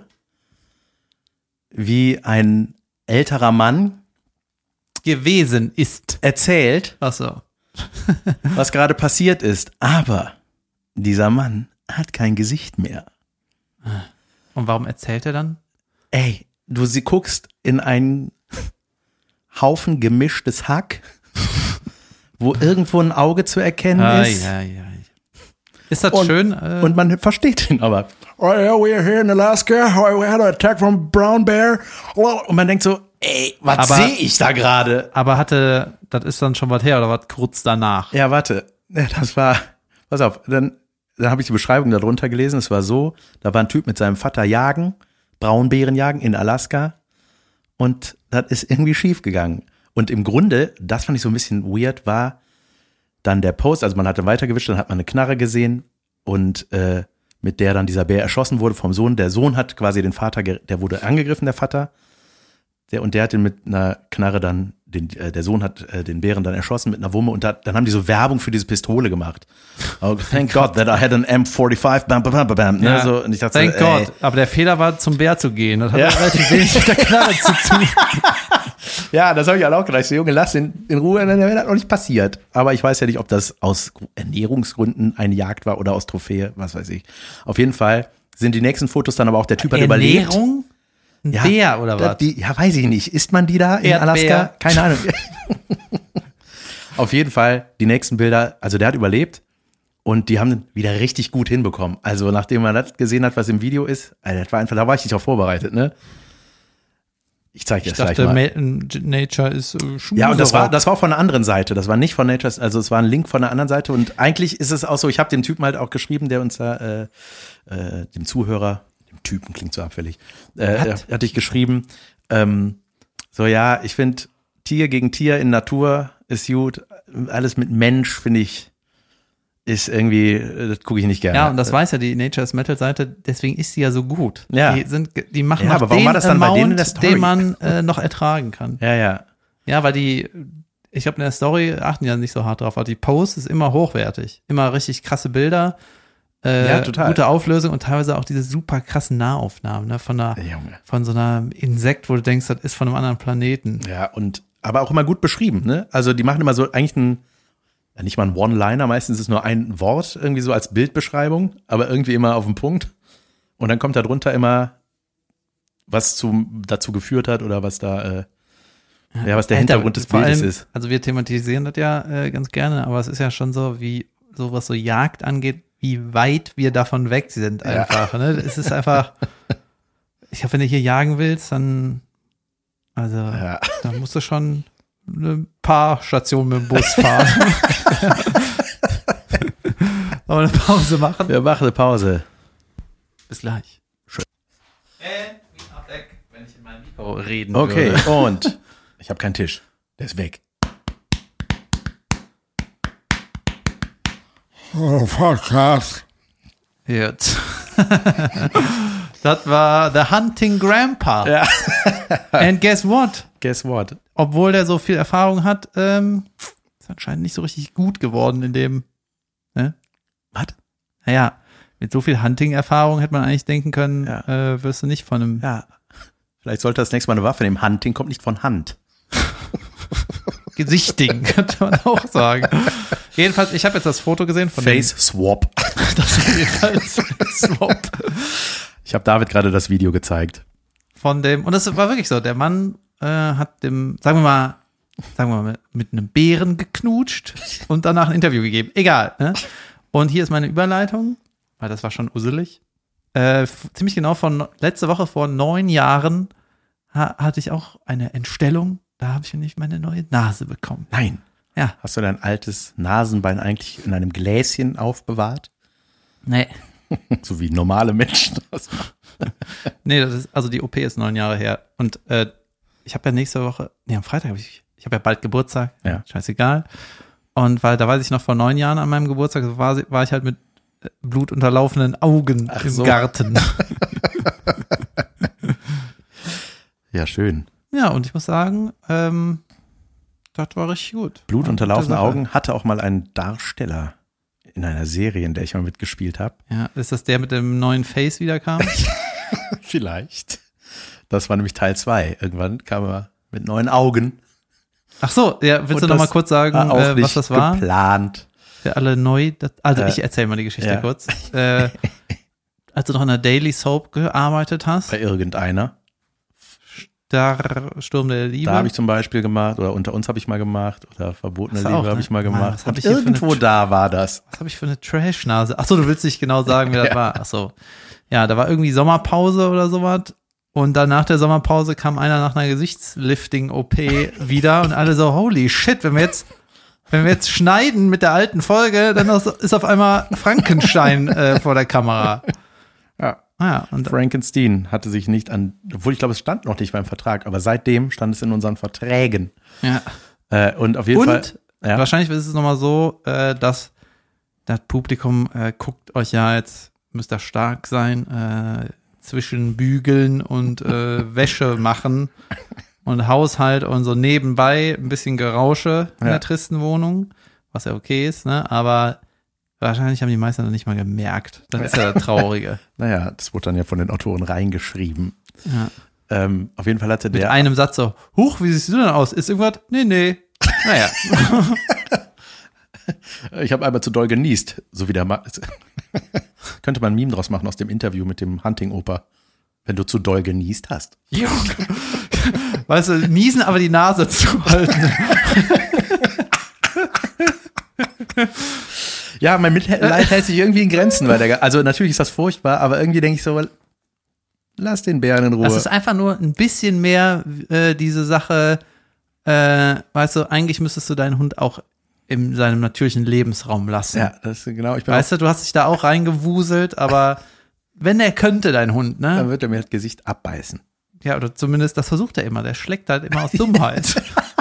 wie ein älterer Mann gewesen ist. erzählt, Ach so. was gerade passiert ist. Aber dieser Mann hat kein Gesicht mehr. Und warum erzählt er dann? Ey, du sie guckst in einen Haufen gemischtes Hack, wo irgendwo ein Auge zu erkennen ah, ist. Ja, ja. Ist das Und, schön? Äh, und man versteht ihn aber. Oh yeah, we're here in Alaska. We had an attack from brown bear. Und man denkt so, ey, was Aber- sehe ich da gerade? aber hatte, das ist dann schon was her oder was kurz danach? Ja, warte. Ja, das war, pass auf, dann, dann habe ich die Beschreibung darunter gelesen. Es war so, da war ein Typ mit seinem Vater jagen, Braunbären jagen in Alaska. Und das ist irgendwie schief gegangen. Und im Grunde, das fand ich so ein bisschen weird, war dann der Post, also man hatte weitergewischt, dann hat man eine Knarre gesehen und äh, mit der dann dieser Bär erschossen wurde vom Sohn. Der Sohn hat quasi den Vater, der wurde angegriffen, der Vater. Der, und der hat den mit einer Knarre dann, den, äh, der Sohn hat äh, den Bären dann erschossen mit einer Wumme und da, dann haben die so Werbung für diese Pistole gemacht. Oh, thank God that I had an M fünfundvierzig, bam, bam, bam, bam. Ne? Ja. So, und ich dachte Thank so, God. ey, Aber der Fehler war, zum Bär zu gehen. Das hat Ja. ja. relativ wenig mit der Knarre zu tun. ja, das habe ich halt auch gedacht. So, Junge, lass ihn in Ruhe, dann wäre das noch nicht passiert. Aber ich weiß ja nicht, ob das aus Ernährungsgründen eine Jagd war oder aus Trophäe, was weiß ich. Auf jeden Fall sind die nächsten Fotos dann aber auch, der Typ hat überlebt. Ernährung? Ein Ja, Bär oder da- was? Die, ja, weiß ich nicht. Isst man die da in Erdbeer. Alaska? Keine Ahnung. Auf jeden Fall, die nächsten Bilder, also der hat überlebt und die haben wieder richtig gut hinbekommen. Also nachdem man das gesehen hat, was im Video ist, also das war einfach, da war ich nicht drauf vorbereitet, ne? Ich zeige dir Ich das dachte, gleich mal. Ma- Nature ist äh, Schmuserock. Ja, und das war, das war von einer anderen Seite. Das war nicht von Nature's, also es war ein Link von einer anderen Seite. Und eigentlich ist es auch so, ich habe dem Typen halt auch geschrieben, der uns da, äh, äh, dem Zuhörer, dem Typen klingt so abfällig, äh, Hat? hatte ich geschrieben, ähm, so ja, ich finde Tier gegen Tier in Natur ist gut. Alles mit Mensch, finde ich, ist irgendwie, äh, das gucke ich nicht gerne. Ja, und das weiß ja die Nature's Metal Seite, deswegen ist sie ja so gut. Ja. Die, sind, die machen Ja, noch aber warum den war das dann bei Amount, denen in der Story? den man äh, noch ertragen kann. Ja, ja. Ja, weil die, ich glaube, in der Story achten ja nicht so hart drauf, aber die Post ist immer hochwertig. Immer richtig krasse Bilder, äh, Ja, total. gute Auflösung und teilweise auch diese super krassen Nahaufnahmen, ne, von einer, Junge. von so einer Insekt, wo du denkst, das ist von einem anderen Planeten. Ja, und aber auch immer gut beschrieben, ne? Also die machen immer so eigentlich ein, ja, nicht mal ein One-Liner, meistens ist es nur ein Wort irgendwie so als Bildbeschreibung, aber irgendwie immer auf den Punkt. Und dann kommt da drunter immer, was zum, dazu geführt hat oder was da, äh, ja, was der Hintergrund des Vor Bildes allem, ist. Also wir thematisieren das ja äh, ganz gerne, aber es ist ja schon so, wie so was so Jagd angeht, wie weit wir davon weg sind einfach. Ja. Ne? Es ist einfach, ich glaube, wenn du hier jagen willst, dann, also, Ja. da musst du schon ein paar Stationen mit dem Bus fahren. Aber eine Pause machen. Wir machen eine Pause. Bis gleich. Schön. Äh, weg, wenn ich in meinem Mikro reden Okay, würde. und ich habe keinen Tisch. Der ist weg. Oh, Podcast. Jetzt. Das war The Hunting Grandpa. Ja. And guess what? Guess what? Obwohl der so viel Erfahrung hat, ähm, ist anscheinend nicht so richtig gut geworden in dem, ne? Was? Naja, mit so viel Hunting-Erfahrung hätte man eigentlich denken können, Ja. äh, wirst du nicht von einem Ja. Vielleicht sollte das nächste Mal eine Waffe nehmen. Hunting kommt nicht von Hand. Gesichtigen, könnte man auch sagen. Jedenfalls, ich habe jetzt das Foto gesehen von Face Swap. dem, das ist jedenfalls Swap. Ich habe David gerade das Video gezeigt. Von dem, und das war wirklich so, der Mann äh, hat dem, sagen wir mal, sagen wir mal, mit, mit einem Bären geknutscht und danach ein Interview gegeben. Egal, ne? Und hier ist meine Überleitung, weil das war schon usselig. Äh, f- ziemlich genau von letzte Woche vor neun Jahren ha- hatte ich auch eine Entstellung. Da habe ich nämlich meine neue Nase bekommen. Nein. Ja, Hast du dein altes Nasenbein eigentlich in einem Gläschen aufbewahrt? nee. So wie normale Menschen das machen. Nee, das ist, also die O P ist neun Jahre her. Und äh, ich habe ja nächste Woche, nee, am Freitag habe ich, ich habe ja bald Geburtstag. Ja. Scheißegal. Und weil, da weiß ich noch, vor neun Jahren an meinem Geburtstag war, war ich halt mit äh, blutunterlaufenden Augen Ach im so. Garten. Ja, schön. Ja, und ich muss sagen, ähm, das war richtig gut. Blutunterlaufene Gute Sache. Augen hatte auch mal einen Darsteller in einer Serie, in der ich mal mitgespielt habe. Ja, ist das der mit dem neuen Face wiederkam? Vielleicht. Das war nämlich Teil zwei. Irgendwann kam er mit neuen Augen. Ach so, ja, willst Und du noch mal das kurz sagen, war auch äh, was nicht das war? geplant. Für alle neu, das, also Äh, ich erzähle mal die Geschichte ja. kurz. Äh, als du noch in der Daily Soap gearbeitet hast, Bei irgendeiner. da Sturm der Liebe. Da habe ich zum Beispiel gemacht, oder unter uns habe ich mal gemacht, oder verbotene Hast du Liebe auch, habe ne? ich mal Mann, gemacht. was hab Und ich hier für eine irgendwo Tr- da war das. Was habe ich für eine Trash-Nase? Ach so, du willst nicht genau sagen, wer das Ja. war. Ach so. Ja, da war irgendwie Sommerpause oder sowas. Und dann nach der Sommerpause kam einer nach einer Gesichtslifting-O P wieder und alle so, holy shit, wenn wir jetzt, wenn wir jetzt schneiden mit der alten Folge, dann ist auf einmal Frankenstein äh, vor der Kamera. Ja. Ah, ja. Und Frankenstein hatte sich nicht an, obwohl ich glaube, es stand noch nicht beim Vertrag, aber seitdem stand es in unseren Verträgen. ja. Äh, und auf jeden Und Fall. Ja. wahrscheinlich ist es nochmal so, äh, dass das Publikum äh, guckt euch ja jetzt, müsst ihr stark sein, äh, zwischen Bügeln und äh, Wäsche machen und Haushalt und so nebenbei ein bisschen Gerausche in Ja. der tristen Wohnung, was ja okay ist, ne? Aber wahrscheinlich haben die meisten noch nicht mal gemerkt. Das ist ja das Traurige. Naja, das wurde dann ja von den Autoren reingeschrieben. Ja. Ähm, auf jeden Fall hatte Mit der. einem Satz so, huch, wie siehst du denn aus? Ist irgendwas? Nee, nee. Naja. Ich habe einmal zu doll genießt, so wie der Ma könnte man ein Meme draus machen aus dem Interview mit dem Hunting-Opa. Wenn du zu doll genießt hast. Weißt du, niesen, aber die Nase zuhalten. Ja, mein Mitleid hält sich irgendwie in Grenzen, weil der, also natürlich ist das furchtbar, aber irgendwie denke ich so, lass den Bären in Ruhe. Das ist einfach nur ein bisschen mehr äh, diese Sache, äh, weißt du, eigentlich müsstest du deinen Hund auch in seinem natürlichen Lebensraum lassen. ja, das ist genau. Ich bin Weißt du, du hast dich da auch reingewuselt, aber wenn er könnte, dein Hund, auch, dann ne? wird er mir das Gesicht abbeißen. Ja, oder zumindest, das versucht er immer. Der schlägt halt immer aus Dummheit.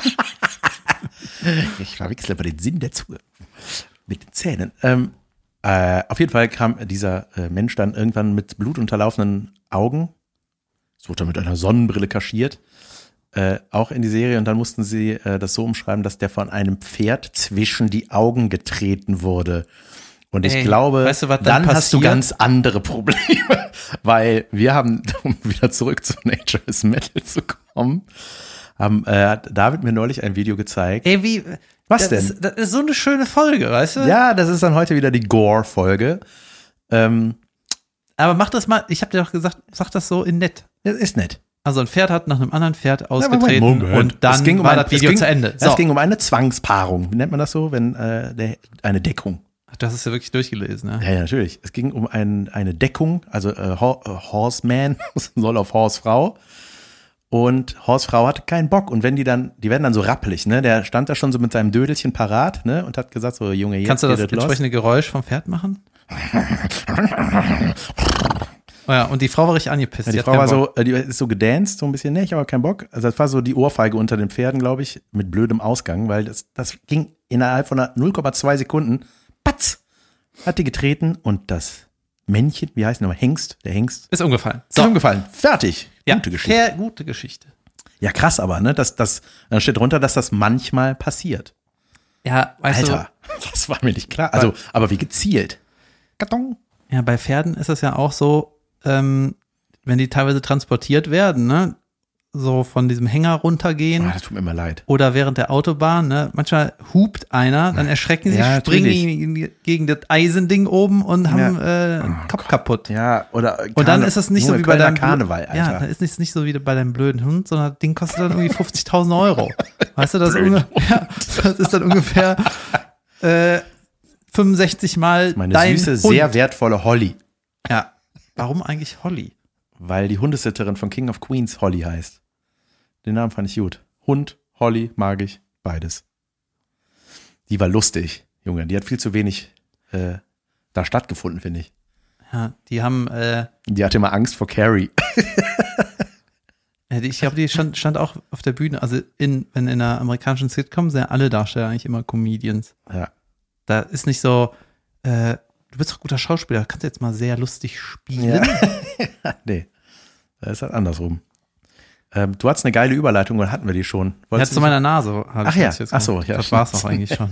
Ich verwechsel aber den Sinn der Zunge mit den Zähnen. Ähm, äh, auf jeden Fall kam dieser äh, Mensch dann irgendwann mit blutunterlaufenden Augen, es wurde dann mit einer Sonnenbrille kaschiert, äh, auch in die Serie. Und dann mussten sie äh, das so umschreiben, dass der von einem Pferd zwischen die Augen getreten wurde. Und ich Ey, glaube, weißt du, was dann dann hast du passiert? ganz andere Probleme. Weil wir haben, um wieder zurück zu Nature is Metal zu kommen, haben, äh, hat David mir neulich ein Video gezeigt. Ey, wie. Was das denn? Ist, das ist so eine schöne Folge, weißt du? Ja, das ist dann heute wieder die Gore-Folge. Ähm, Aber mach das mal, ich hab dir doch gesagt, sag das so in nett. das ist nett. Also ein Pferd hat nach einem anderen Pferd Ja, ausgetreten Moment. und dann Es ging um war ein- das Video es ging, zu Ende. Es ging um eine Zwangspaarung. Wie nennt man das so? Wenn äh, der, eine Deckung. Ach, du hast es ja wirklich durchgelesen, ne? Ja, ja, natürlich. Es ging um ein, eine Deckung, also äh, Ho äh, Horseman soll auf Horsefrau. Und Horsefrau hatte keinen Bock. Und wenn die dann, die werden dann so rappelig, ne? Der stand da schon so mit seinem Dödelchen parat, ne? Und hat gesagt, so, Junge, jetzt Kannst du das geht es los. entsprechende Geräusch vom Pferd machen? Oh ja, und die Frau war richtig angepisst. Ja, die hat Frau keinen war Bock. so, äh, die ist so gedanced, so ein bisschen, ne, ich habe aber keinen Bock. Also das war so die Ohrfeige unter den Pferden, glaube ich, mit blödem Ausgang, weil das, das ging innerhalb von null Komma zwei Sekunden, patz, hat die getreten und das Männchen, wie heißt nochmal, Hengst, der Hengst, Ist umgefallen. ist umgefallen. Fertig. Ja, Gute Geschichte. Sehr gute Geschichte. Ja, krass aber, ne, dass das, dann steht drunter, dass das manchmal passiert. Ja, weißt Alter, das war mir nicht klar. Also, aber wie gezielt. Karton. du, ja, bei Pferden ist es ja auch so, ähm, wenn die teilweise transportiert werden, ne, so von diesem Hänger runtergehen Oh, das tut mir immer leid. oder während der Autobahn, ne, manchmal hupt einer, dann erschrecken sie, Ja, springen natürlich. gegen, gegen das Eisending oben und haben äh, den Kopf kaputt. Ja, oder Und dann Karne- ist es nicht Junge, so wie bei Kölner deinem Karneval, Alter. Ja, dann ist es nicht so wie bei deinem blöden Hund, sondern das Ding kostet dann irgendwie fünfzigtausend Euro. Weißt du, das ist, unge- ja, das ist dann ungefähr äh, fünfundsechzig Mal Meine dein süße, Hund. sehr wertvolle Holly. Ja. Warum eigentlich Holly? Weil die Hundesitterin von King of Queens Holly heißt. Den Namen fand ich gut. Hund, Holly, mag ich, beides. Die war lustig, Junge. Die hat viel zu wenig äh, da stattgefunden, finde ich. Ja, die haben, äh, Die hatte immer Angst vor Carrie. ja, die- ich glaube, die stand, stand auch auf der Bühne. Also in, wenn in einer amerikanischen Sitcom sind ja alle Darsteller eigentlich immer Comedians. Ja. Da ist nicht so, äh, du bist doch guter Schauspieler, kannst du jetzt mal sehr lustig spielen? Ja. Nee, da ist halt andersrum. Ähm, du hattest eine geile Überleitung, oder hatten wir die schon? Ja, Wolltest zu du- meiner Nase. hab Ach ich ja, das jetzt ach so, gemacht. ja, Das war's stimmt. auch eigentlich schon.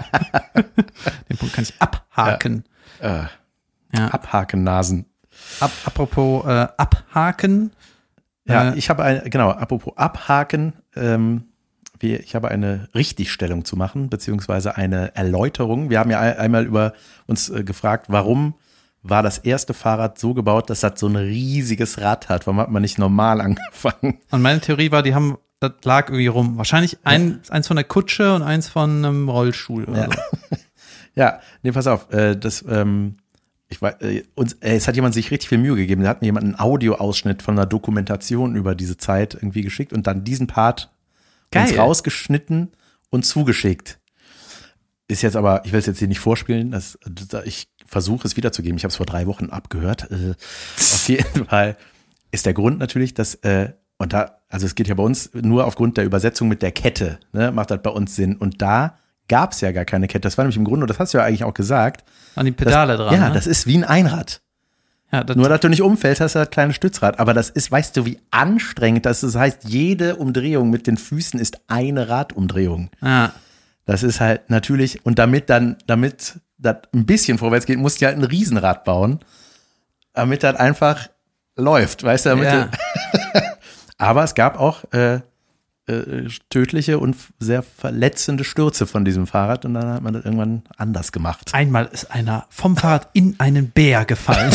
Den Punkt kann ich abhaken. äh, Ja. Abhaken Nasen. Ab, apropos äh, abhaken. Ja, Äh, ich habe eine, genau, apropos Abhaken, ähm, wir, ich habe eine Richtigstellung zu machen, beziehungsweise eine Erläuterung. Wir haben ja ein, einmal über uns äh, gefragt, warum war das erste Fahrrad so gebaut, dass das so ein riesiges Rad hat? Warum hat man nicht normal angefangen? Und meine Theorie war, die haben, das lag irgendwie rum. Wahrscheinlich ein, eins von der Kutsche und eins von einem Rollstuhl oder Ja. so. Ja, nee, pass auf, äh, das, ähm, ich weiß, äh, uns, äh, es hat jemand sich richtig viel Mühe gegeben. Da hat mir jemand einen Audioausschnitt von einer Dokumentation über diese Zeit irgendwie geschickt und dann diesen Part uns Geil. rausgeschnitten und zugeschickt. Ist jetzt aber, ich will es jetzt hier nicht vorspielen, das, das, ich versuche es wiederzugeben. Ich habe es vor drei Wochen abgehört. Äh, auf jeden Fall ist der Grund natürlich, dass, äh, und da, also es geht ja bei uns nur aufgrund der Übersetzung mit der Kette, ne, macht das bei uns Sinn. Und da gab es ja gar keine Kette. Das war nämlich im Grunde, das hast du ja eigentlich auch gesagt. An die Pedale das, dran. Ja, ne? das ist wie ein Einrad. Ja, das Nur, dass du nicht umfällst, hast du das kleine Stützrad. Aber das ist, weißt du, wie anstrengend das ist. Das heißt, jede Umdrehung mit den Füßen ist eine Radumdrehung. Ja. Das ist halt natürlich, und damit dann, damit das ein bisschen vorwärts geht, musst du halt ein Riesenrad bauen, damit das einfach läuft, weißt du, damit Ja. du, aber es gab auch äh, äh, tödliche und sehr verletzende Stürze von diesem Fahrrad und dann hat man das irgendwann anders gemacht. Einmal ist einer vom Fahrrad in einen Bär gefallen.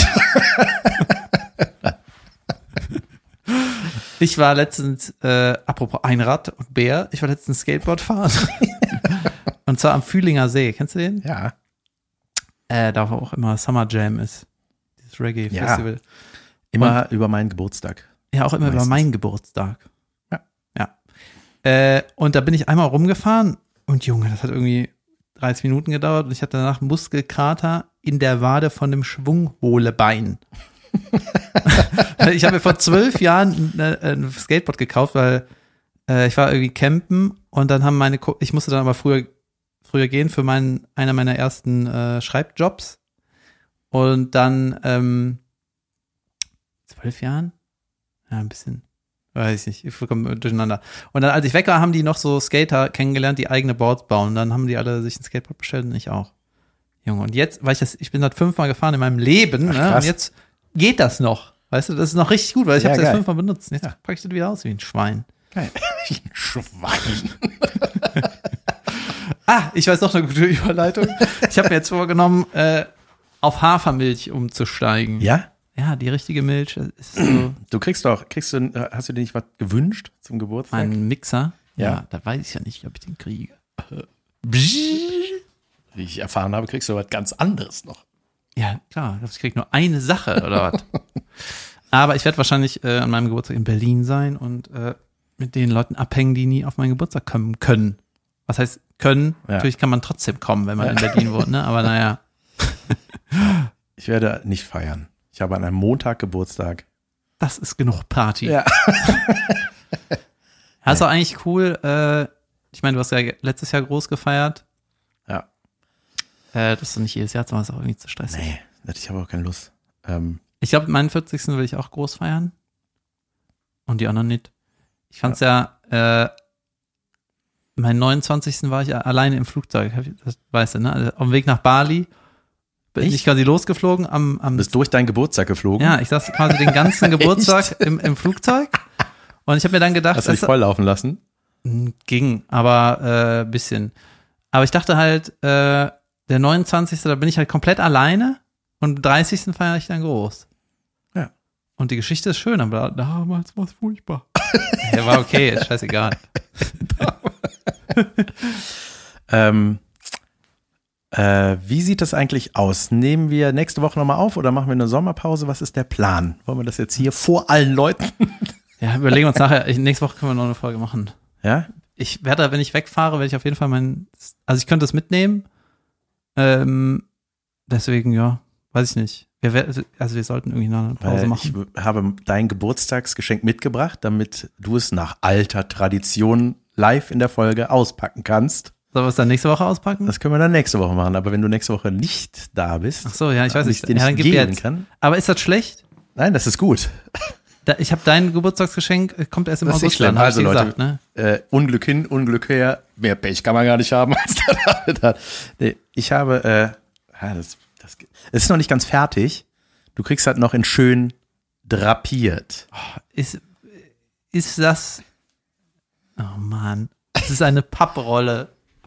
Ich war letztens, äh, apropos Einrad und Bär, ich war letztens Skateboard fahren. Und zwar am Fühlinger See. Kennst du den? Ja. Äh, da wo auch immer Summer Jam ist. Dieses Reggae-Festival. Immer über meinen Geburtstag. Ja, auch immer Meistens. über meinen Geburtstag. Ja. Ja. Äh, und da bin ich einmal rumgefahren und Junge, das hat irgendwie dreißig Minuten gedauert und ich hatte danach Muskelkater in der Wade von dem Schwunghohlebein. Ich habe mir vor zwölf Jahren ein, ein Skateboard gekauft, weil äh, ich war irgendwie campen und dann haben meine, Ko- ich musste dann aber früher, früher gehen für meinen, einer meiner ersten äh, Schreibjobs und dann ähm, zwölf Jahren? Ja, ein bisschen. Weiß ich nicht, ich komme durcheinander. Und dann, als ich weg war, haben die noch so Skater kennengelernt, die eigene Boards bauen. Und dann haben die alle sich ein Skateboard bestellt und ich auch. Junge, und jetzt, weil ich das, ich bin dort fünfmal gefahren in meinem Leben, Ach, ne? krass. Und jetzt geht das noch. Weißt du, das ist noch richtig gut, weil ich Ja, habe das geil. fünfmal benutzt. Und jetzt Ja. packe ich das wieder aus wie ein Schwein. Geil. Wie ein Schwein. Ah, ich weiß noch eine gute Überleitung. Ich habe mir jetzt vorgenommen, äh, auf Hafermilch umzusteigen. Ja? Ja, die richtige Milch ist so Du kriegst doch, kriegst du, hast du dir nicht was gewünscht zum Geburtstag? ein Mixer. Ja. Ja, da weiß ich ja nicht, ob ich den kriege. Wie ich erfahren habe, kriegst du was ganz anderes noch. Ja, klar. Ich krieg nur eine Sache oder was. Aber ich werde wahrscheinlich äh, an meinem Geburtstag in Berlin sein und äh, mit den Leuten abhängen, die nie auf meinen Geburtstag kommen können. Was heißt können? Ja. Natürlich kann man trotzdem kommen, wenn man in Berlin wohnt, ne? Aber naja. Ich werde nicht feiern. Ich habe an einem Montag Geburtstag. Das ist genug Party. Ja. Das ist auch eigentlich cool. Äh, ich meine, du hast ja letztes Jahr groß gefeiert. Ja. Äh, das ist doch nicht jedes Jahr, sondern ist auch irgendwie zu stressig. Nee, ich habe auch keine Lust. Ähm, Ich glaube, meinen vierzigsten will ich auch groß feiern. Und die anderen nicht. Ich fand's ja, ja äh, meinen neunundzwanzigsten war ich ja alleine im Flugzeug. Das weißt du, ne? Also auf dem Weg nach Bali bin Echt? ich quasi losgeflogen am, am du bist durch deinen Geburtstag geflogen. ja, ich saß quasi den ganzen Geburtstag im, im Flugzeug. Und ich habe mir dann gedacht, Hast du dich das- voll laufen lassen? ging, aber äh, bisschen. Aber ich dachte halt, äh, der neunundzwanzigste da bin ich halt komplett alleine und am dreißigsten feiere ich dann groß. Ja. Und die Geschichte ist schön, aber damals war es furchtbar. Ja, war okay, ist scheißegal. Ähm, äh, wie sieht das eigentlich aus? Nehmen wir nächste Woche nochmal auf oder machen wir eine Sommerpause? Was ist der Plan? Wollen wir das jetzt hier vor allen Leuten? Ja, überlegen wir uns nachher. Ich, nächste Woche können wir noch eine Folge machen. Ja? Ich werde, wenn ich wegfahre, werde ich auf jeden Fall mein, also ich könnte es mitnehmen. Ähm, deswegen, ja, weiß ich nicht. Wir, wer- also wir sollten irgendwie noch eine Pause Weil machen. ich w- habe dein Geburtstagsgeschenk mitgebracht, damit du es nach alter Tradition live in der Folge auspacken kannst. Sollen wir es dann nächste Woche auspacken? Das können wir dann nächste Woche machen. Aber wenn du nächste Woche nicht da bist, Ach so, ja, ich weiß und nicht. dir Ja, dann nicht gib geben jetzt. kann. Aber ist das schlecht? Nein, das ist gut. Da, ich habe dein Geburtstagsgeschenk, äh, kommt erst im Das ist nicht August schlimm. dann, hab Also, ich dir Leute, gesagt, ne? Äh, Unglück hin, Unglück her. Mehr Pech kann man gar nicht haben als der David hat. Nee, ich habe, äh, ja, das, das, es ist noch nicht ganz fertig. Du kriegst halt noch in schön drapiert. Ist, ist das, oh Mann, das ist eine Papprolle.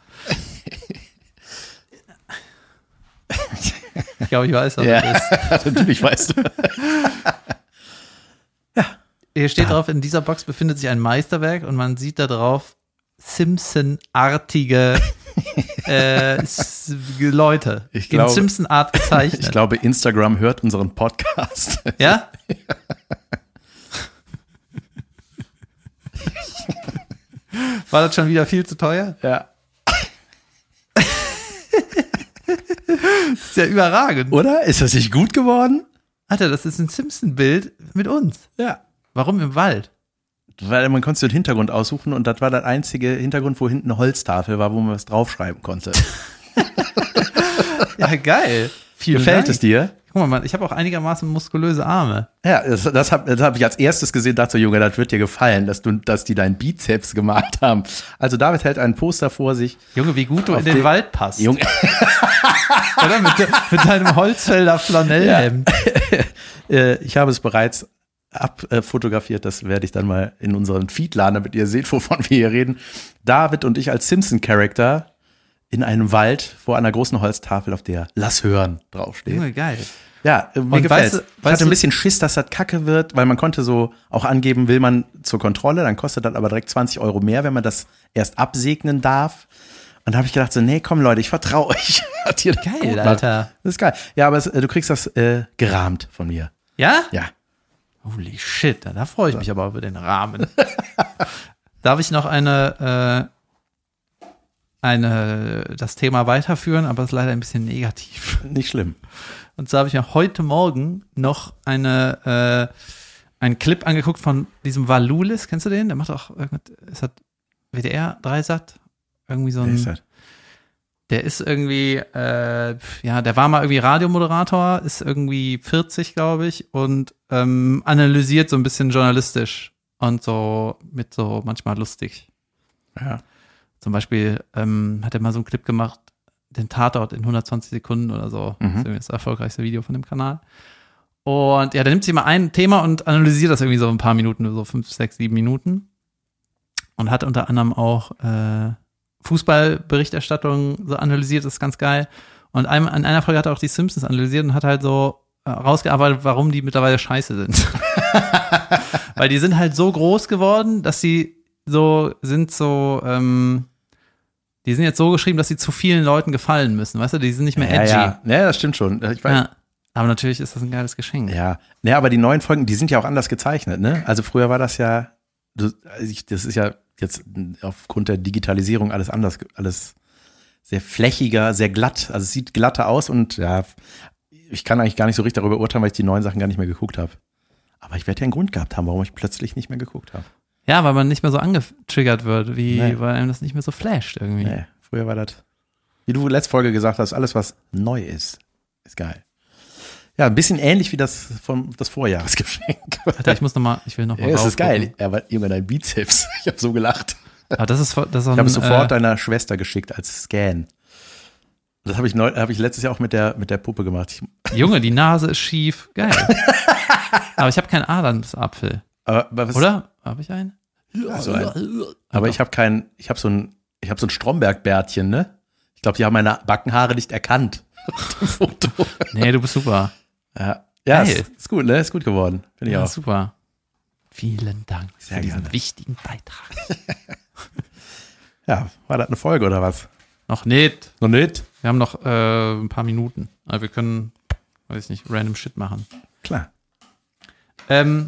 Ich glaube, ich weiß, was Ja, das ist. natürlich weißt du. Hier steht drauf, in dieser Box befindet sich ein Meisterwerk und man sieht da drauf Simpson-artige äh, S- Leute. Ich in glaube- Simpson-Art gezeichnet. Ich glaube, Instagram hört unseren Podcast. Ja? War das schon wieder viel zu teuer? Ja. Das ist ja überragend. Oder? Ist das nicht gut geworden? Alter, das ist ein Simpson-Bild mit uns. Ja. Warum im Wald? Weil man konnte den Hintergrund aussuchen und das war der einzige Hintergrund, wo hinten eine Holztafel war, wo man was draufschreiben konnte. Ja, geil. Vielen Gefällt Dank. es dir? Guck mal, Mann, ich habe auch einigermaßen muskulöse Arme. Ja, das, das habe das hab ich als erstes gesehen, dachte so, Junge, das wird dir gefallen, dass du, dass die deinen Bizeps gemalt haben. Also David hält ein Poster vor sich. Junge, wie gut du Auf in den den- Wald passt. Junge, Oder? Mit, de- mit deinem Holzfelder Flanellhemd. äh, ich habe es bereits abfotografiert, das werde ich dann mal in unseren Feed laden, damit ihr seht, wovon wir hier reden. David und ich als Simpson-Charakter in einem Wald vor einer großen Holztafel, auf der Lass hören draufsteht. Junge, geil. Ja, äh, mir Und gefällt weißt du- Ich weißt hatte ein du- bisschen Schiss, dass das kacke wird, weil man konnte so auch angeben, will man zur Kontrolle, dann kostet das aber direkt zwanzig Euro mehr, wenn man das erst absegnen darf. Und da habe ich gedacht so, nee, komm Leute, ich vertraue euch. Hat ihr das gut Geil, gemacht. Alter. Das ist geil. Ja, aber es, äh, du kriegst das äh, gerahmt von mir. Ja? Ja. Holy shit, da, da freue ich mich aber über den Rahmen. Darf ich noch eine, äh, eine, das Thema weiterführen, aber es ist leider ein bisschen negativ. Nicht schlimm. Und zwar habe ich mir heute Morgen noch eine, äh, einen Clip angeguckt von diesem Valulis. Kennst du den? Der macht auch, irgendwas- ist das W D R, Dreisat? Irgendwie so Wer ist ein, das? der ist irgendwie, äh, ja, der war mal irgendwie Radiomoderator, ist irgendwie vierzig, glaube ich, und ähm, analysiert so ein bisschen journalistisch und so mit so manchmal lustig. Ja. Zum Beispiel ähm, hat er mal so einen Clip gemacht, den Tatort in hundertzwanzig Sekunden oder so. Mhm. Das ist irgendwie das erfolgreichste Video von dem Kanal. Und ja, der nimmt sich mal ein Thema und analysiert das irgendwie so ein paar Minuten, so fünf, sechs, sieben Minuten. Und hat unter anderem auch äh, Fußballberichterstattung so analysiert, das ist ganz geil. Und einem, an einer Folge hat er auch die Simpsons analysiert und hat halt so äh, rausgearbeitet, warum die mittlerweile scheiße sind. Weil die sind halt so groß geworden, dass sie so sind so, ähm, die sind jetzt so geschrieben, dass sie zu vielen Leuten gefallen müssen, weißt du, die sind nicht mehr Ja, edgy. ja. ja, das stimmt schon. Ich weiß, Ja. Aber natürlich ist das ein geiles Geschenk. Ja, ja, aber die neuen Folgen, die sind ja auch anders gezeichnet, ne? Also früher war das ja, du- also ich- das ist ja jetzt aufgrund der Digitalisierung alles anders, alles sehr flächiger, sehr glatt. Also es sieht glatter aus und ja, ich kann eigentlich gar nicht so richtig darüber urteilen, weil ich die neuen Sachen gar nicht mehr geguckt habe. Aber ich werde ja einen Grund gehabt haben, warum ich plötzlich nicht mehr geguckt habe. Ja, weil man nicht mehr so angetriggert wird, wie, Nee. weil einem das nicht mehr so flasht irgendwie. Nee, früher war das, wie du letzte Folge gesagt hast, alles, was neu ist, ist geil. Ja, ein bisschen ähnlich wie das vom das Vorjahresgeschenk. Alter, ich muss noch mal, ich will noch mal Ja, das ist raufgucken. geil. Ja, aber Junge, dein Bizeps. Ich habe so gelacht. Aber das ist, das ist auch Ich habe ein, es sofort äh, deiner Schwester geschickt als Scan. Das habe ich, neu- hab ich letztes Jahr auch mit der, mit der Puppe gemacht. Ich, Junge, die Nase ist schief. Geil. Aber ich habe keinen Adamsapfel. aber, aber, was, Oder? Habe ich einen? Also ein, aber ich habe kein, ich habe so ein, ich habe so ein Stromberg-Bärtchen, ne? Ich glaube, die haben meine Backenhaare nicht erkannt. Auf dem Foto. Nee, du bist super. Ja, ja Geil. ist, ist gut, ne? Ist gut geworden. Finde ich Ja, auch. super. Vielen Dank Sehr für diesen gerne. wichtigen Beitrag. Ja, war das eine Folge oder was? Noch nicht. Noch nicht? Wir haben noch äh, ein paar Minuten. Aber wir können, weiß ich nicht, random Shit machen. Klar. Ähm,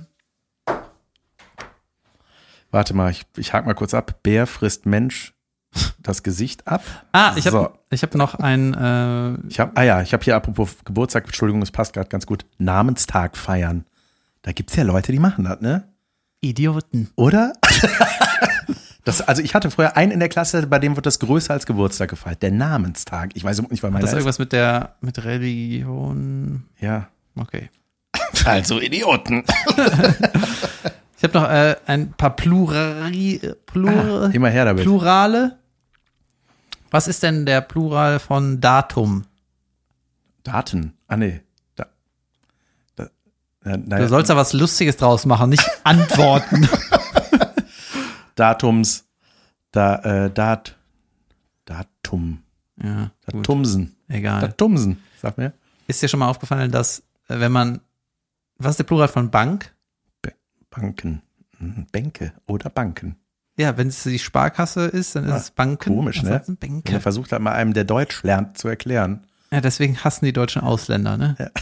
Warte mal, ich, ich hake mal kurz ab. Bär frisst Mensch das Gesicht ab. ah, ich habe So. ich hab noch ein, äh, Ich habe, ah ja, ich habe hier apropos Geburtstag, Entschuldigung, es passt gerade ganz gut. Namenstag feiern. Da gibt's ja Leute, die machen das, ne? Idioten. Oder? Das, also ich hatte früher einen in der Klasse, bei dem wird das größer als Geburtstag gefeiert. Der Namenstag. Ich weiß nicht, weil Hat meiner das ist. irgendwas mit der, mit Religion? Ja. Okay. Also Idioten. Ich habe noch äh, ein paar Plurali, Plur, Ah, immer her damit. Plurale. Was ist denn der Plural von Datum? Daten. Ah, nee. Da, da, äh, Du naja, sollst da was Lustiges draus machen, nicht antworten. Datums. Da, äh, Dat, Datum. Ja, gut. Datumsen. Egal. Datumsen. Sag mir. Ist dir schon mal aufgefallen, dass äh, wenn man, was ist der Plural von Bank? Banken. Hm, Bänke oder Banken. Ja, wenn es die Sparkasse ist, dann ist Ah, es Banken. komisch, ne? Ansonsten Bänke. Man versucht halt mal einem, der Deutsch lernt, zu erklären. Ja, deswegen hassen die Deutschen Ausländer, ne? Ja.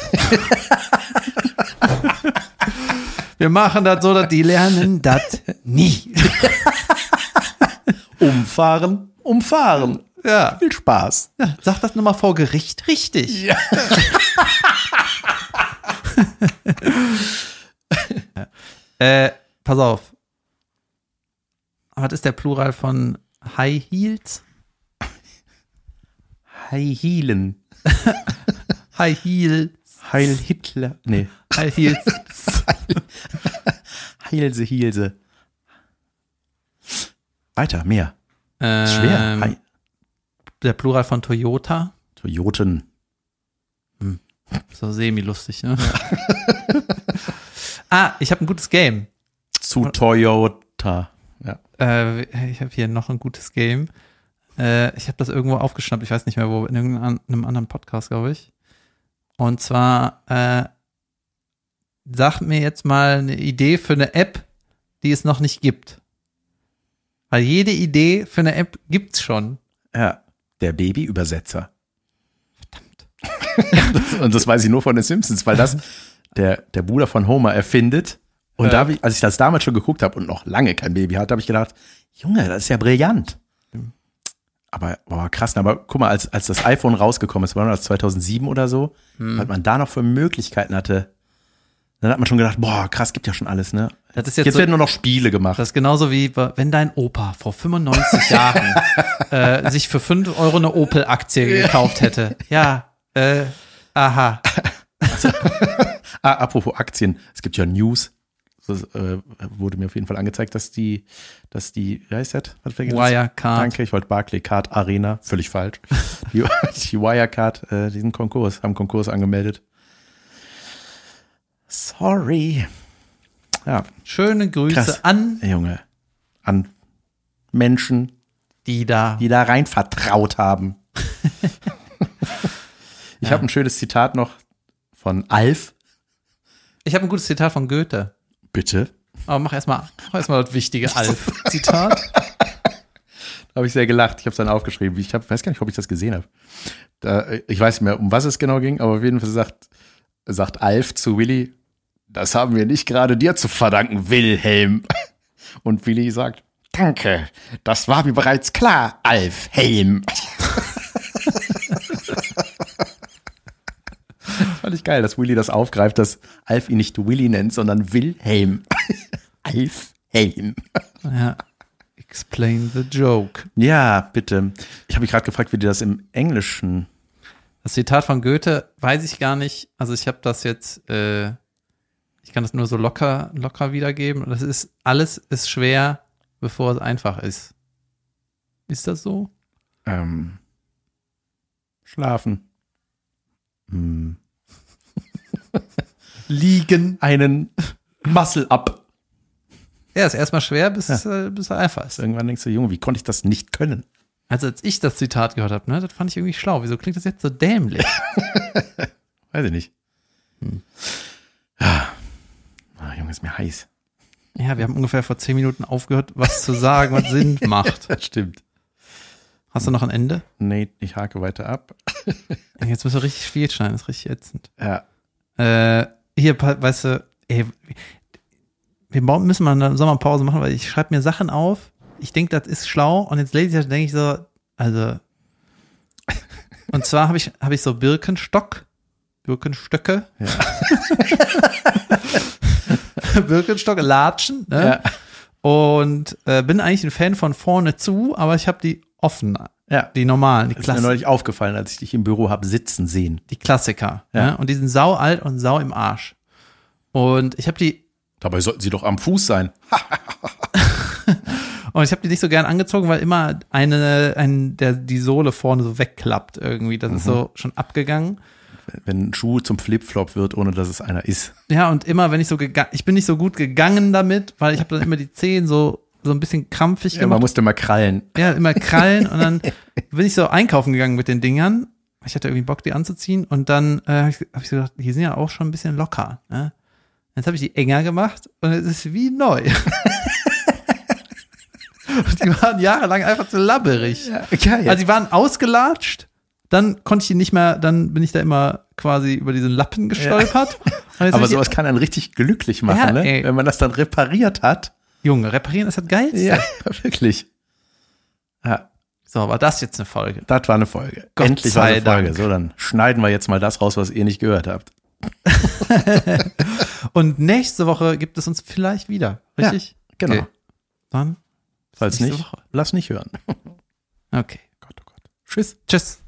Wir machen das so, dass die lernen das nie. Umfahren, umfahren. Ja. Viel Spaß. Ja, sag das nochmal vor Gericht richtig. Ja. äh, pass auf. Was ist der Plural von High Heels? High Heelen. High Heels. Heil Hitler. Nee. High Heels. Heilse, Hielse. Weiter, mehr. Ähm, Schwer. Hi. Der Plural von Toyota. Toyoten. So semi-lustig, ne? ah, ich habe ein gutes Game. Zu Toyota. Ja. Äh, ich habe hier noch ein gutes Game. Äh, ich habe das irgendwo aufgeschnappt, ich weiß nicht mehr wo, in irgendeinem anderen Podcast, glaube ich. Und zwar, äh, sag mir jetzt mal eine Idee für eine App, die es noch nicht gibt. Weil jede Idee für eine App gibt's schon. Ja. Der Baby-Übersetzer. Verdammt. das, und das weiß ich nur von den Simpsons, weil das der, der Bruder von Homer erfindet. Und Ja. da hab ich, als ich das damals schon geguckt habe und noch lange kein Baby hatte, habe ich gedacht, Junge, das ist ja brillant. Aber boah, krass, aber guck mal, als, als das iPhone rausgekommen ist, war das zweitausendsieben oder so, Hm. was man da noch für Möglichkeiten hatte, dann hat man schon gedacht, boah, krass, gibt ja schon alles, ne? Das ist Jetzt, jetzt so, werden nur noch Spiele gemacht. das ist genauso wie, wenn dein Opa vor fünfundneunzig Jahren äh, sich für fünf Euro eine Opel-Aktie gekauft hätte. Ja, äh, aha. Ah, apropos Aktien, es gibt ja News. Das äh, wurde mir auf jeden Fall angezeigt, dass die, dass die, wie heißt das? Was vergessen? Wirecard. Danke, ich wollte Barclaycard Arena, völlig falsch. Die, die Wirecard, äh, diesen Konkurs, haben Konkurs angemeldet. Sorry. Ja, Schöne Grüße krass. an Junge, an Menschen, die da. die da rein vertraut haben. Ich Ja. habe ein schönes Zitat noch von Alf. Ich habe ein gutes Zitat von Goethe. Bitte. Aber mach erstmal mach erst mal das wichtige Alf-Zitat. Da habe ich sehr gelacht. Ich habe es dann aufgeschrieben. Ich hab, weiß gar nicht, ob ich das gesehen habe. Da, ich weiß nicht mehr, um was es genau ging, aber auf jeden Fall sagt, sagt Alf zu Willi, das haben wir nicht gerade dir zu verdanken, Wilhelm. Und Willi sagt, danke, das war mir bereits klar, Alf Helm. Fand ich geil, dass Willi das aufgreift, dass Alf ihn nicht Willi nennt, sondern Wilhelm. Alf Helm. Ja. Explain the joke. Ja, bitte. Ich habe mich gerade gefragt, wie die das im Englischen. Das Zitat von Goethe weiß ich gar nicht. Also ich habe das jetzt, äh, ich kann das nur so locker, locker wiedergeben. Und das ist, alles ist schwer, bevor es einfach ist. Ist das so? Ähm, schlafen. Hm. Liegen. Einen Muscle up. Ja, ist erstmal schwer, bis, es, äh, bis es einfach ist. Irgendwann denkst du, Junge, wie konnte ich das nicht können? Also als ich das Zitat gehört habe, ne, das fand ich irgendwie schlau. Wieso klingt das jetzt so dämlich? Weiß ich nicht. Hm. Ja. Ah, Junge, ist mir heiß. Ja, wir haben ungefähr vor zehn Minuten aufgehört, was zu sagen, was Sinn macht. Das stimmt. Hast du noch ein Ende? Nee, ich hake weiter ab. Jetzt müssen wir richtig viel schneiden, das ist richtig ätzend. Ja. Äh, hier, pa- weißt du, ey, wir bauen- müssen mal eine Sommerpause machen, weil ich schreibe mir Sachen auf. Ich denke, das ist schlau. Und jetzt lese ich das, denke ich so, also. Und zwar habe ich, hab ich so Birkenstock, Birkenstöcke. Ja. Birkenstock, Latschen. Ne? Ja. Und äh, bin eigentlich ein Fan von vorne zu, aber ich habe die offen, Ja. die normalen, die Das ist mir Klassiker. neulich aufgefallen, als ich dich im Büro habe sitzen sehen. Die Klassiker. Ja. Ne? Und die sind sau alt und sau im Arsch. Und ich habe die Dabei sollten sie doch am Fuß sein. Und ich habe die nicht so gern angezogen, weil immer eine, ein, der, die Sohle vorne so wegklappt irgendwie. Das ist so schon abgegangen. Wenn ein Schuh zum Flipflop wird, ohne dass es einer ist. Ja, und immer, wenn ich so gegangen, ich bin nicht so gut gegangen damit, weil ich habe dann immer die Zehen so, so ein bisschen krampfig Ja, man gemacht. musste mal krallen. Ja, immer krallen. Und dann bin ich so einkaufen gegangen mit den Dingern. Ich hatte irgendwie Bock, die anzuziehen. Und dann äh, habe ich, hab ich so gedacht, die sind ja auch schon ein bisschen locker. Ne? Jetzt habe ich die enger gemacht und es ist wie neu. Und die waren jahrelang einfach zu labberig. Ja, geil. Also die waren ausgelatscht, dann konnte ich die nicht mehr, dann bin ich da immer quasi über diesen Lappen gestolpert. Und jetzt Aber hab ich- sowas kann einen richtig glücklich machen, Ja, ne? ey. Wenn man das dann repariert hat. Junge, reparieren ist das Geilste. Ja, wirklich. Ja. So, war das jetzt eine Folge? Das war eine Folge. Gott Endlich war eine sei Folge. Dank. So, dann schneiden wir jetzt mal das raus, was ihr nicht gehört habt. Und nächste Woche gibt es uns vielleicht wieder, richtig? Ja, genau. Okay. Dann Falls nächste nicht, Woche. lass nicht hören. Okay. Gott, oh Gott. Tschüss. Tschüss.